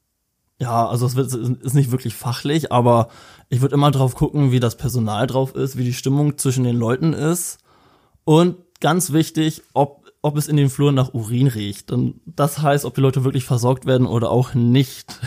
ja, also es wird, ist nicht wirklich fachlich, aber ich würde immer drauf gucken, wie das Personal drauf ist, wie die Stimmung zwischen den Leuten ist und ganz wichtig, ob ob es in den Fluren nach Urin riecht. Und das heißt, ob die Leute wirklich versorgt werden oder auch nicht.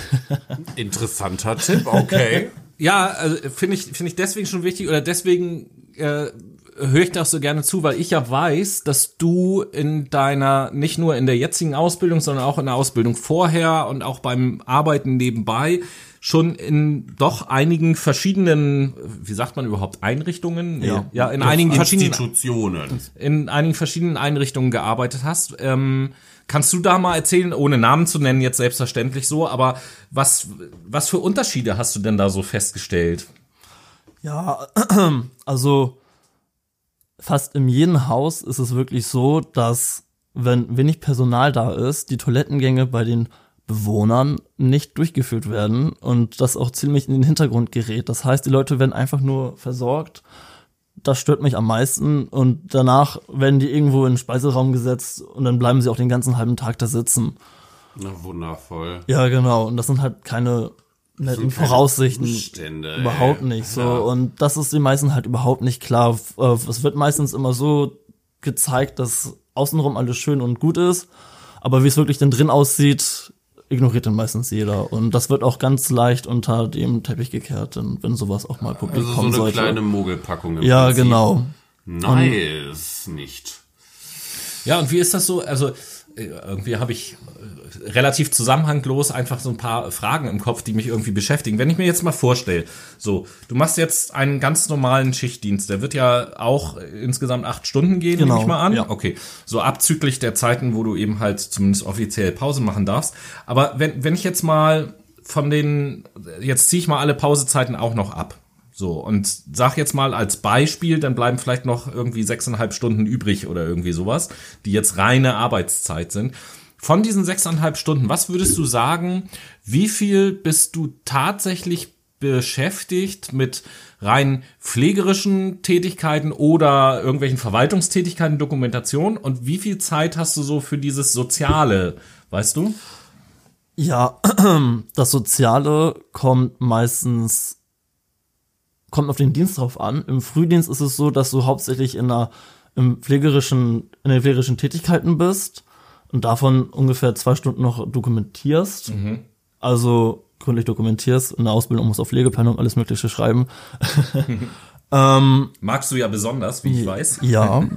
Interessanter Tipp, okay. Ja, also finde ich finde ich deswegen schon wichtig oder deswegen äh, höre ich das so gerne zu, weil ich ja weiß, dass du in deiner, nicht nur in der jetzigen Ausbildung, sondern auch in der Ausbildung vorher und auch beim Arbeiten nebenbei schon in doch einigen verschiedenen, wie sagt man überhaupt, Einrichtungen? Ja. Ja, in einigen verschiedenen Institutionen. in einigen verschiedenen Einrichtungen gearbeitet hast. Ähm, kannst du da mal erzählen, ohne Namen zu nennen, jetzt selbstverständlich so, aber was, was für Unterschiede hast du denn da so festgestellt? Ja, also fast in jedem Haus ist es wirklich so, dass, wenn wenig Personal da ist, die Toilettengänge bei den Bewohnern nicht durchgeführt werden und das auch ziemlich in den Hintergrund gerät. Das heißt, die Leute werden einfach nur versorgt. Das stört mich am meisten und danach werden die irgendwo in den Speiseraum gesetzt und dann bleiben sie auch den ganzen halben Tag da sitzen. Na, wundervoll. Ja, genau. Und das sind halt keine netten Voraussichten. Zustände, Überhaupt ey. nicht so. Ja. Und das ist den meisten halt überhaupt nicht klar. Es wird meistens immer so gezeigt, dass außenrum alles schön und gut ist, aber wie es wirklich denn drin aussieht, ignoriert dann meistens jeder. Und das wird auch ganz leicht unter dem Teppich gekehrt, denn wenn sowas auch mal publik Also so kommen eine sollte. kleine Mogelpackung im Ja, Prinzip. genau. Nice, nicht. Ja, und wie ist das so? Also äh, irgendwie habe ich äh, relativ zusammenhanglos einfach so ein paar Fragen im Kopf, die mich irgendwie beschäftigen. Wenn ich mir jetzt mal vorstelle, so, du machst jetzt einen ganz normalen Schichtdienst, der wird ja auch insgesamt acht Stunden gehen, Genau, nehme ich mal an. ja. Okay, so abzüglich der Zeiten, wo du eben halt zumindest offiziell Pause machen darfst. Aber wenn, wenn ich jetzt mal von den, jetzt ziehe ich mal alle Pausezeiten auch noch ab. So, und sag jetzt mal als Beispiel, dann bleiben vielleicht noch irgendwie sechseinhalb Stunden übrig oder irgendwie sowas, die jetzt reine Arbeitszeit sind. Von diesen sechseinhalb Stunden, was würdest du sagen, wie viel bist du tatsächlich beschäftigt mit rein pflegerischen Tätigkeiten oder irgendwelchen Verwaltungstätigkeiten, Dokumentation, und wie viel Zeit hast du so für dieses Soziale, weißt du? Ja, das Soziale kommt meistens kommt auf den Dienst drauf an. Im Frühdienst ist es so, dass du hauptsächlich in einer im pflegerischen in den pflegerischen Tätigkeiten bist und davon ungefähr zwei Stunden noch dokumentierst. Mhm. Also gründlich dokumentierst. In der Ausbildung musst du auf Pflegeplanung alles Mögliche schreiben. ähm, Magst du ja besonders, wie ich weiß. Ja.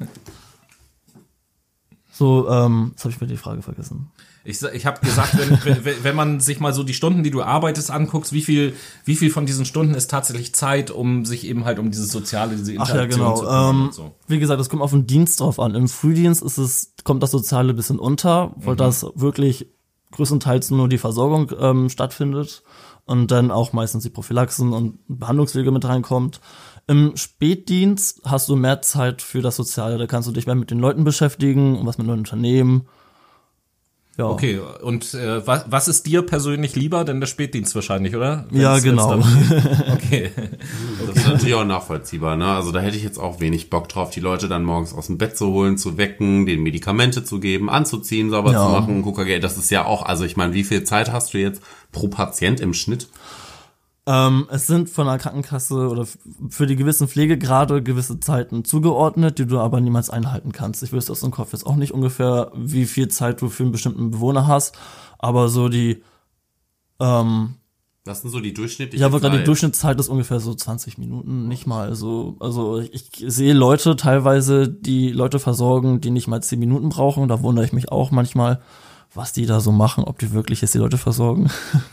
So, ähm, jetzt habe ich mir die Frage vergessen. Ich, ich habe gesagt, wenn, wenn, wenn man sich mal so die Stunden, die du arbeitest, anguckst, wie viel, wie viel von diesen Stunden ist tatsächlich Zeit, um sich eben halt um dieses Soziale, diese Interaktion Ach ja, genau. zu kümmern Ähm, und so. Wie gesagt, es kommt auf den Dienst drauf an. Im Frühdienst ist es, kommt das Soziale ein bisschen unter, weil mhm. das wirklich größtenteils nur die Versorgung ähm, stattfindet und dann auch meistens die Prophylaxen und Behandlungswege mit reinkommt. Im Spätdienst hast du mehr Zeit für das Soziale. Da kannst du dich mehr mit den Leuten beschäftigen und was mit neuen Unternehmen. Ja. Okay, und äh, was, was ist dir persönlich lieber? Denn der Spätdienst wahrscheinlich, oder? Wenn's, Ja, genau. Dann, okay. Das ist natürlich auch nachvollziehbar, ne? Also da hätte ich jetzt auch wenig Bock drauf, die Leute dann morgens aus dem Bett zu holen, zu wecken, denen Medikamente zu geben, anzuziehen, sauber Ja. zu machen, K K G. Das ist ja auch, also ich meine, wie viel Zeit hast du jetzt pro Patient im Schnitt? Ähm, es sind von der Krankenkasse oder f- für die gewissen Pflegegrade gewisse Zeiten zugeordnet, die du aber niemals einhalten kannst. Ich wüsste aus dem Kopf jetzt auch nicht ungefähr, wie viel Zeit du für einen bestimmten Bewohner hast, aber so die, ähm, Was sind so die durchschnittlichen ja, aber gerade die Zeit? Durchschnittszeit ist ungefähr so zwanzig Minuten, nicht mal so. Also ich, ich sehe Leute teilweise, die Leute versorgen, die nicht mal zehn Minuten brauchen. Da wundere ich mich auch manchmal, was die da so machen, ob die wirklich jetzt die Leute versorgen.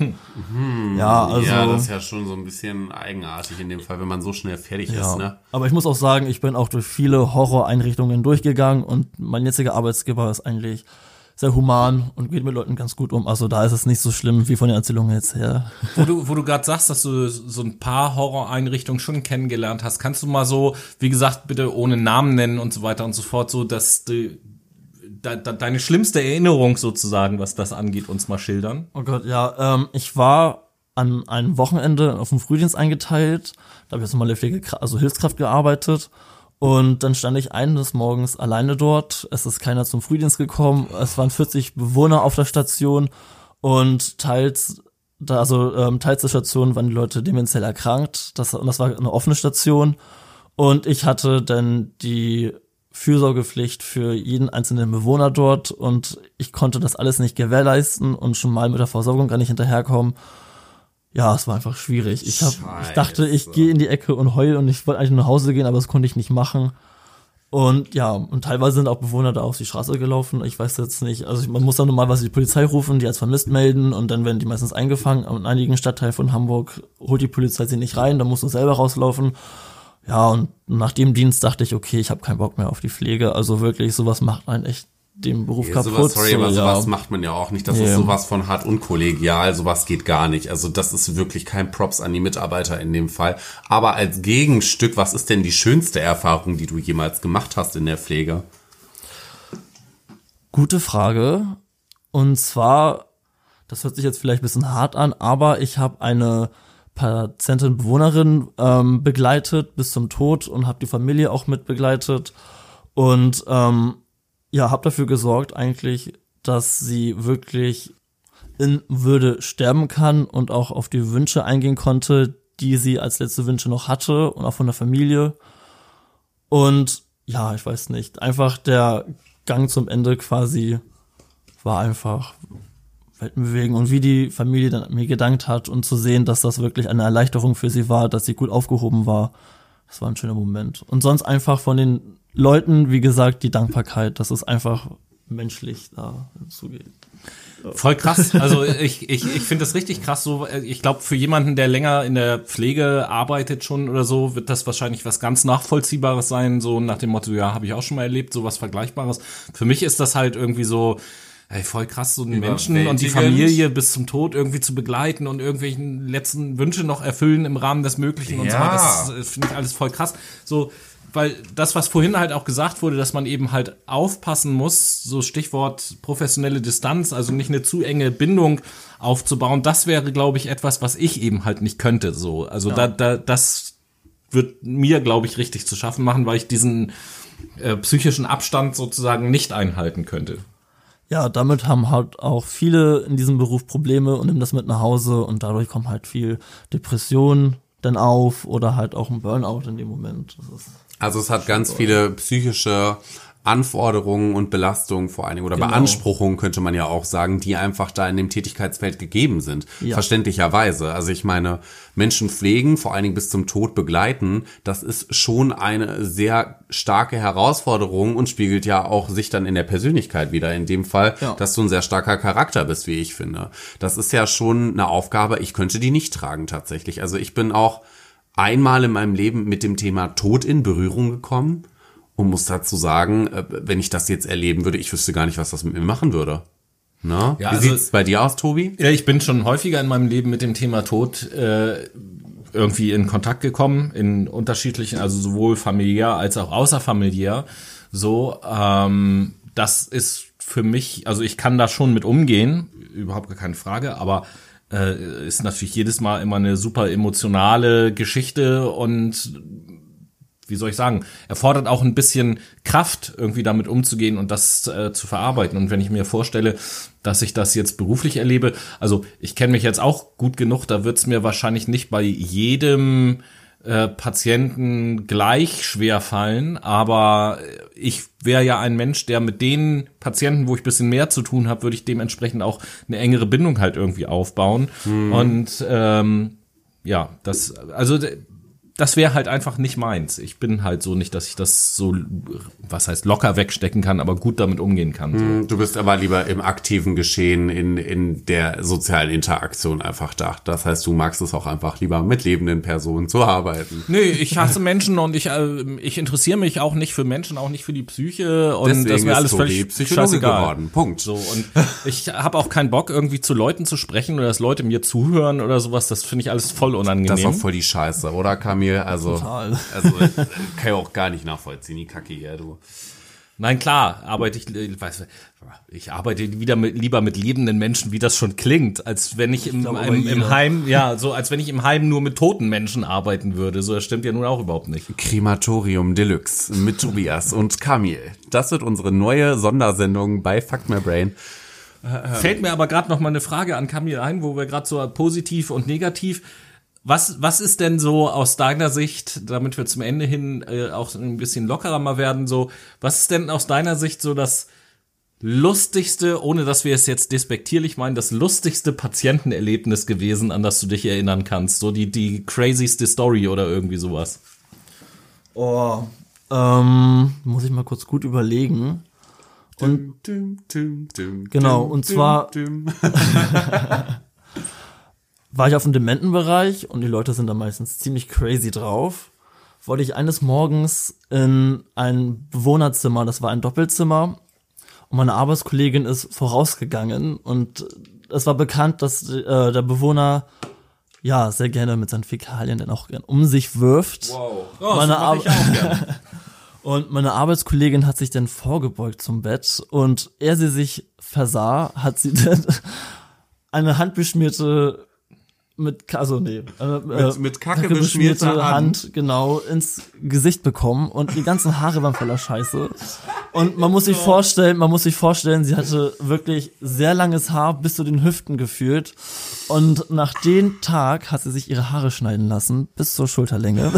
Ja, also Ja, das ist ja schon so ein bisschen eigenartig in dem Fall, wenn man so schnell fertig ja. ist, ne? Aber ich muss auch sagen, ich bin auch durch viele Horroreinrichtungen durchgegangen und mein jetziger Arbeitsgeber ist eigentlich sehr human und geht mit Leuten ganz gut um. Also da ist es nicht so schlimm wie von den Erzählungen jetzt her. Wo du, wo du gerade sagst, dass du so ein paar Horroreinrichtungen schon kennengelernt hast, kannst du mal so, wie gesagt, bitte ohne Namen nennen und so weiter und so fort, so dass du de, de, deine schlimmste Erinnerung sozusagen, was das angeht, uns mal schildern? Oh Gott, ja. Ähm, ich war an einem Wochenende auf dem Frühdienst eingeteilt. Da habe ich als normale Pflege, also Hilfskraft gearbeitet. Und dann stand ich eines Morgens alleine dort. Es ist keiner zum Frühdienst gekommen. Es waren vierzig Bewohner auf der Station. Und teils, da, also ähm, teils der Station waren die Leute dementiell erkrankt. Das, und das war eine offene Station. Und ich hatte dann die Fürsorgepflicht für jeden einzelnen Bewohner dort und ich konnte das alles nicht gewährleisten und schon mal mit der Versorgung gar nicht hinterherkommen. Ja, es war einfach schwierig. Ich, hab, ich dachte, ich gehe in die Ecke und heule und ich wollte eigentlich nach Hause gehen, aber das konnte ich nicht machen. Und ja, und teilweise sind auch Bewohner da auf die Straße gelaufen. Ich weiß jetzt nicht, also man muss dann normalerweise die Polizei rufen, die als vermisst melden und dann werden die meistens eingefangen. In einigen Stadtteilen von Hamburg holt die Polizei sie nicht rein, da musst du selber rauslaufen. Ja, und nach dem Dienst dachte ich, okay, ich habe keinen Bock mehr auf die Pflege. Also wirklich, sowas macht einen echt den Beruf ja, kaputt. Sowas, sorry, so, aber sowas ja. macht man ja auch nicht. Das Ja. ist sowas von hart unkollegial, sowas geht gar nicht. Also das ist wirklich kein Props an die Mitarbeiter in dem Fall. Aber als Gegenstück, was ist denn die schönste Erfahrung, die du jemals gemacht hast in der Pflege? Gute Frage. Und zwar, das hört sich jetzt vielleicht ein bisschen hart an, aber ich habe eine Patientin, Bewohnerin ähm, begleitet bis zum Tod und habe die Familie auch mit begleitet. Und ähm, ja, habe dafür gesorgt eigentlich, dass sie wirklich in Würde sterben kann und auch auf die Wünsche eingehen konnte, die sie als letzte Wünsche noch hatte und auch von der Familie. Und ja, ich weiß nicht, einfach der Gang zum Ende quasi war einfach Welten bewegen und wie die Familie dann mir gedankt hat und zu sehen, dass das wirklich eine Erleichterung für sie war, dass sie gut aufgehoben war, das war ein schöner Moment. Und sonst einfach von den Leuten, wie gesagt, die Dankbarkeit, dass es einfach menschlich da zugeht. Voll krass. Also ich, ich, ich finde das richtig krass. So, ich glaube, für jemanden, der länger in der Pflege arbeitet schon oder so, wird das wahrscheinlich was ganz Nachvollziehbares sein. So nach dem Motto, ja, habe ich auch schon mal erlebt, so was Vergleichbares. Für mich ist das halt irgendwie so, ey, voll krass, so einen Menschen und die Familie bis zum Tod irgendwie zu begleiten und irgendwelchen letzten Wünsche noch erfüllen im Rahmen des Möglichen und Ja. so weiter. Das, das finde ich alles voll krass. So, weil das, was vorhin halt auch gesagt wurde, dass man eben halt aufpassen muss, so Stichwort professionelle Distanz, also nicht eine zu enge Bindung aufzubauen, das wäre, glaube ich, etwas, was ich eben halt nicht könnte. So, also ja. da, da, das wird mir, glaube ich, richtig zu schaffen machen, weil ich diesen äh, psychischen Abstand sozusagen nicht einhalten könnte. Ja, damit haben halt auch viele in diesem Beruf Probleme und nehmen das mit nach Hause und dadurch kommt halt viel Depression dann auf oder halt auch ein Burnout in dem Moment. Das ist Also es hat ganz viele psychische Anforderungen und Belastungen vor allen Dingen oder Genau. Beanspruchungen könnte man ja auch sagen, die einfach da in dem Tätigkeitsfeld gegeben sind. Ja. Verständlicherweise. Also ich meine, Menschen pflegen, vor allen Dingen bis zum Tod begleiten, das ist schon eine sehr starke Herausforderung und spiegelt ja auch sich dann in der Persönlichkeit wieder. In dem Fall, Ja. dass du ein sehr starker Charakter bist, wie ich finde. Das ist ja schon eine Aufgabe, ich könnte die nicht tragen tatsächlich. Also ich bin auch einmal in meinem Leben mit dem Thema Tod in Berührung gekommen und muss dazu sagen, wenn ich das jetzt erleben würde, ich wüsste gar nicht, was das mit mir machen würde. Na? Ja, Wie also- sieht's bei dir aus, Tobi? Ja, ich bin schon häufiger in meinem Leben mit dem Thema Tod äh, irgendwie in Kontakt gekommen, in unterschiedlichen, also sowohl familiär als auch außerfamiliär. So, ähm, das ist für mich, also ich kann da schon mit umgehen, überhaupt gar keine Frage, aber äh, ist natürlich jedes Mal immer eine super emotionale Geschichte und wie soll ich sagen, erfordert auch ein bisschen Kraft, irgendwie damit umzugehen und das äh, zu verarbeiten. Und wenn ich mir vorstelle, dass ich das jetzt beruflich erlebe, also ich kenne mich jetzt auch gut genug, da wird es mir wahrscheinlich nicht bei jedem äh, Patienten gleich schwer fallen, aber ich wäre ja ein Mensch, der mit den Patienten, wo ich ein bisschen mehr zu tun habe, würde ich dementsprechend auch eine engere Bindung halt irgendwie aufbauen. Mhm. Und ähm, ja, das, also das wäre halt einfach nicht meins. Ich bin halt so nicht, dass ich das so, was heißt locker wegstecken kann, aber gut damit umgehen kann. So. Du bist aber lieber im aktiven Geschehen, in in der sozialen Interaktion einfach da. Das heißt, du magst es auch einfach lieber mit lebenden Personen zu arbeiten. Nee, ich hasse Menschen und ich äh, ich interessiere mich auch nicht für Menschen, auch nicht für die Psyche und Deswegen das ist mir alles Tobi völlig Psychologe scheißegal. geworden. Punkt. So, und ich habe auch keinen Bock, irgendwie zu Leuten zu sprechen oder dass Leute mir zuhören oder sowas. Das finde ich alles voll unangenehm. Das ist auch voll die Scheiße, oder Kamil? Also, Total. also kann ich auch gar nicht nachvollziehen, die Kacke hier, du. Nein, klar, arbeite ich, ich weiß, ich arbeite wieder mit, lieber mit lebenden Menschen, wie das schon klingt, als wenn ich im, Ich glaube, im, im jeder. Heim, ja, so als wenn ich im Heim nur mit toten Menschen arbeiten würde. So, das stimmt ja nun auch überhaupt nicht. Krematorium Deluxe mit Tobias und Kamil. Das wird unsere neue Sondersendung bei Fuck My Brain. Fällt mir aber gerade noch mal eine Frage an Kamil ein, wo wir gerade so positiv und negativ. Was, was ist denn so aus deiner Sicht, damit wir zum Ende hin äh, auch ein bisschen lockerer mal werden, so, was ist denn aus deiner Sicht so das lustigste, ohne dass wir es jetzt despektierlich meinen, das lustigste Patientenerlebnis gewesen, an das du dich erinnern kannst? So die, die crazyste Story oder irgendwie sowas? Oh, Ähm, muss ich mal kurz gut überlegen. Und Dum, dum, dum, genau, dum, und zwar dum, dum. war ich auf dem Dementenbereich und die Leute sind da meistens ziemlich crazy drauf. Wollte ich eines Morgens in ein Bewohnerzimmer, das war ein Doppelzimmer, und meine Arbeitskollegin ist vorausgegangen und es war bekannt, dass äh, der Bewohner ja sehr gerne mit seinen Fäkalien dann auch gern um sich wirft. Wow. Oh, Meine das mach ich auch gern. Und meine Arbeitskollegin hat sich dann vorgebeugt zum Bett und ehe sie sich versah, hat sie dann eine handbeschmierte mit, also nee, äh, Mit- mit Kacke beschmierte Hand. genau ins Gesicht bekommen und die ganzen Haare waren voller Scheiße. Und man muss sich vorstellen, man muss sich vorstellen, sie hatte wirklich sehr langes Haar bis zu den Hüften gefühlt. Und nach dem Tag hat sie sich ihre Haare schneiden lassen bis zur Schulterlänge.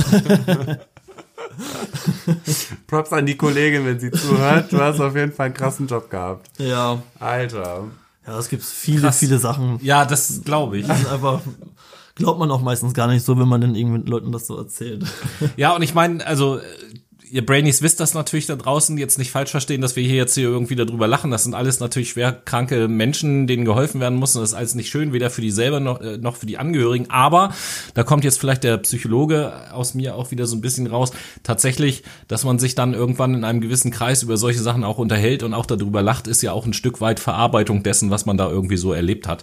Props an die Kollegin, wenn sie zuhört. Du hast auf jeden Fall einen krassen Job gehabt. Ja. Alter. Ja, es gibt viele, Krass. viele Sachen. Ja, das glaube ich. Das ist einfach, glaubt man auch meistens gar nicht so, wenn man den irgendwelchen Leuten das so erzählt. Ja, und ich meine, also äh, ihr Brainies wisst das natürlich da draußen, jetzt nicht falsch verstehen, dass wir hier jetzt hier irgendwie darüber lachen. Das sind alles natürlich schwer kranke Menschen, denen geholfen werden muss. Und das ist alles nicht schön, weder für die selber noch, äh, noch für die Angehörigen. Aber da kommt jetzt vielleicht der Psychologe aus mir auch wieder so ein bisschen raus. Tatsächlich, dass man sich dann irgendwann in einem gewissen Kreis über solche Sachen auch unterhält und auch darüber lacht, ist ja auch ein Stück weit Verarbeitung dessen, was man da irgendwie so erlebt hat.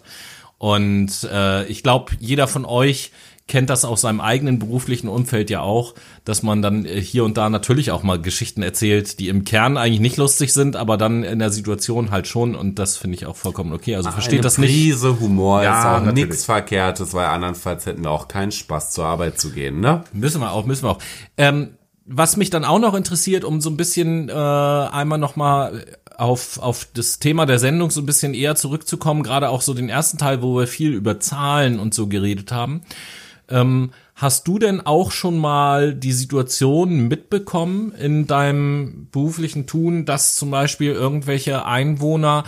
Und äh, ich glaube, jeder von euch kennt das aus seinem eigenen beruflichen Umfeld ja auch, dass man dann äh, hier und da natürlich auch mal Geschichten erzählt, die im Kern eigentlich nicht lustig sind, aber dann in der Situation halt schon, und das finde ich auch vollkommen okay. Also versteht Eine das nicht. Prise Humor Ja, ist auch natürlich. nichts Verkehrtes, weil andernfalls hätten wir auch keinen Spaß zur Arbeit zu gehen, ne? Müssen wir auch, müssen wir auch. Ähm, was mich dann auch noch interessiert, um so ein bisschen äh, einmal nochmal auf auf das Thema der Sendung so ein bisschen eher zurückzukommen, gerade auch so den ersten Teil, wo wir viel über Zahlen und so geredet haben. Ähm, hast du denn auch schon mal die Situation mitbekommen in deinem beruflichen Tun, dass zum Beispiel irgendwelche Einwohner,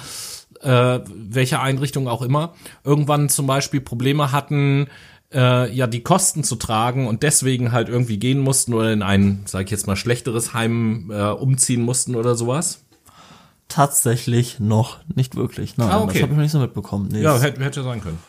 äh, welche Einrichtung auch immer, irgendwann zum Beispiel Probleme hatten, äh, ja, die Kosten zu tragen und deswegen halt irgendwie gehen mussten oder in ein, sag ich jetzt mal, schlechteres Heim äh, umziehen mussten oder sowas? Tatsächlich noch nicht wirklich. Nein, Ah, okay. das habe ich noch nicht so mitbekommen. Nee, Ja, das- hätte, hätte sein können.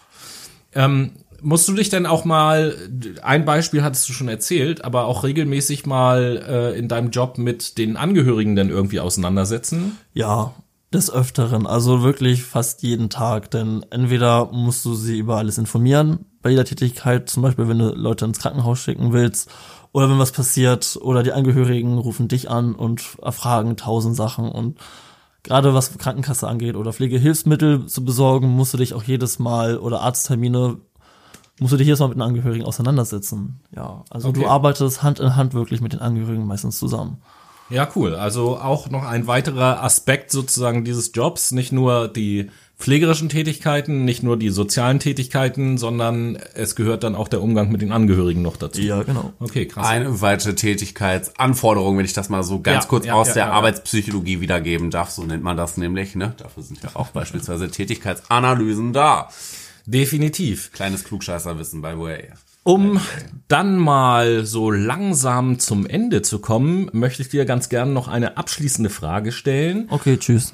Ähm, musst du dich denn auch mal, ein Beispiel hattest du schon erzählt, aber auch regelmäßig mal äh, in deinem Job mit den Angehörigen dann irgendwie auseinandersetzen? ja, des Öfteren. Also wirklich fast jeden Tag. Denn entweder musst du sie über alles informieren, bei jeder Tätigkeit, zum Beispiel wenn du Leute ins Krankenhaus schicken willst, oder wenn was passiert, oder die Angehörigen rufen dich an und erfragen tausend Sachen. Und gerade was Krankenkasse angeht oder Pflegehilfsmittel zu besorgen, musst du dich auch jedes Mal, oder Arzttermine, musst du dich jedes Mal mit den Angehörigen auseinandersetzen. Ja, also Okay. du arbeitest Hand in Hand wirklich mit den Angehörigen meistens zusammen. Ja, cool. Also auch noch ein weiterer Aspekt sozusagen dieses Jobs, nicht nur die pflegerischen Tätigkeiten, nicht nur die sozialen Tätigkeiten, sondern es gehört dann auch der Umgang mit den Angehörigen noch dazu. Ja, genau. Okay, krass. Eine weitere Tätigkeitsanforderung, wenn ich das mal so ganz Ja, kurz ja, aus ja, der ja, ja. Arbeitspsychologie wiedergeben darf, so nennt man das nämlich, ne? Dafür sind ja auch beispielsweise Tätigkeitsanalysen da. Definitiv. Kleines Klugscheißerwissen, by the way. Um dann mal so langsam zum Ende zu kommen, möchte ich dir ganz gerne noch eine abschließende Frage stellen. Okay, tschüss.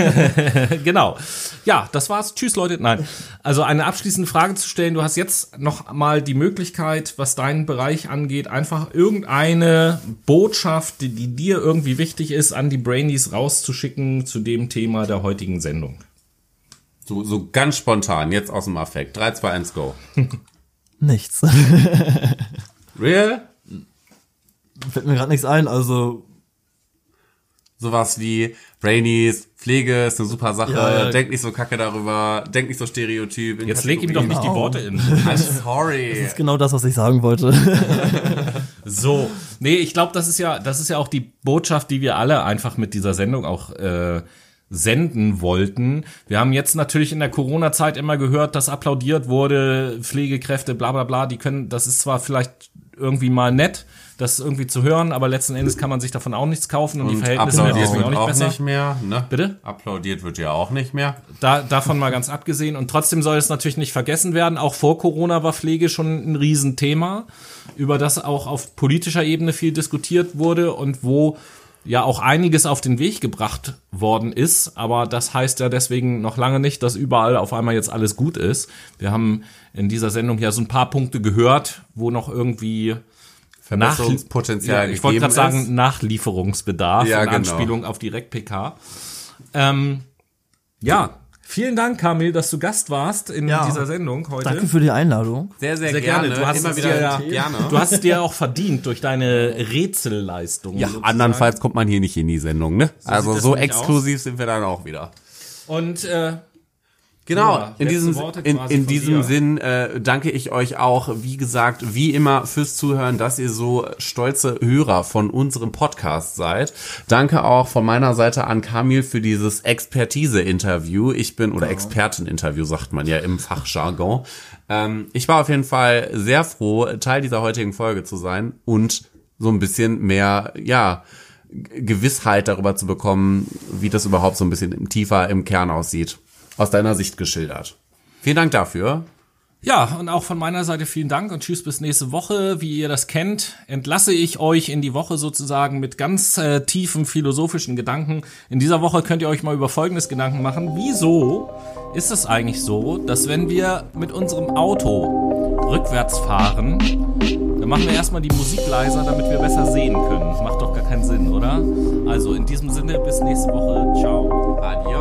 Genau. Ja, das war's. Tschüss, Leute. Nein. Also eine abschließende Frage zu stellen. Du hast jetzt noch mal die Möglichkeit, was deinen Bereich angeht, einfach irgendeine Botschaft, die, die dir irgendwie wichtig ist, an die Brainies rauszuschicken zu dem Thema der heutigen Sendung. So, so ganz spontan, jetzt aus dem Affekt. drei, zwei, eins, go. Nichts. Real? Fällt mir gerade nichts ein, also Sowas wie Brainies, Pflege ist eine super Sache, Ja, ja. denk nicht so kacke darüber, denk nicht so stereotyp. in Jetzt leg ihm doch nicht die Au. Worte in. I'm sorry. das ist genau das, was ich sagen wollte. So, nee, ich glaube, das ist ja, das ist ja auch die Botschaft, die wir alle einfach mit dieser Sendung auch äh, senden wollten. Wir haben jetzt natürlich in der Corona-Zeit immer gehört, dass applaudiert wurde, Pflegekräfte, bla bla bla, die können, das ist zwar vielleicht irgendwie mal nett, das irgendwie zu hören, aber letzten Endes kann man sich davon auch nichts kaufen und, und die Verhältnisse werden auch nicht, auch besser. nicht mehr. Ne? Bitte? Applaudiert wird ja auch nicht mehr. Da, davon mal ganz abgesehen. Und trotzdem soll es natürlich nicht vergessen werden, auch vor Corona war Pflege schon ein Riesenthema, über das auch auf politischer Ebene viel diskutiert wurde und wo ja auch einiges auf den Weg gebracht worden ist. Aber das heißt ja deswegen noch lange nicht, dass überall auf einmal jetzt alles gut ist. Wir haben in dieser Sendung ja so ein paar Punkte gehört, wo noch irgendwie Verbesserungspotenzial ja, ich wollte gerade sagen, Nachlieferungsbedarf ja, in genau. Anspielung auf Direkt-P K. Ähm, ja, vielen Dank, Kamil, dass du Gast warst in Ja. dieser Sendung heute. Danke für die Einladung. Sehr, sehr, Sehr gerne. gerne. Du hast Immer es wieder dir ja, gerne. Du hast es dir auch verdient durch deine Rätselleistung. Ja, sozusagen. andernfalls kommt man hier nicht in die Sendung, ne? Also das so nämlich exklusiv sind wir dann auch wieder. Und äh, Genau, Ja, in letzte diesem, Worte in, quasi in von diesem dir. Sinn äh, danke ich euch auch, wie gesagt, wie immer fürs Zuhören, dass ihr so stolze Hörer von unserem Podcast seid. Danke auch von meiner Seite an Kamil für dieses Expertise-Interview. Ich bin, oder Experten-Interview sagt man ja im Fachjargon. Ähm, ich war auf jeden Fall sehr froh, Teil dieser heutigen Folge zu sein und so ein bisschen mehr, ja, Gewissheit darüber zu bekommen, wie das überhaupt so ein bisschen tiefer im Kern aussieht. Aus deiner Sicht geschildert. Vielen Dank dafür. ja, und auch von meiner Seite vielen Dank und tschüss bis nächste Woche. Wie ihr das kennt, entlasse ich euch in die Woche sozusagen mit ganz äh, tiefen philosophischen Gedanken. In dieser Woche könnt ihr euch mal über Folgendes Gedanken machen. Wieso ist es eigentlich so, dass wenn wir mit unserem Auto rückwärts fahren, dann machen wir erstmal die Musik leiser, damit wir besser sehen können. Das macht doch gar keinen Sinn, oder? Also in diesem Sinne, bis nächste Woche. Ciao. Adios.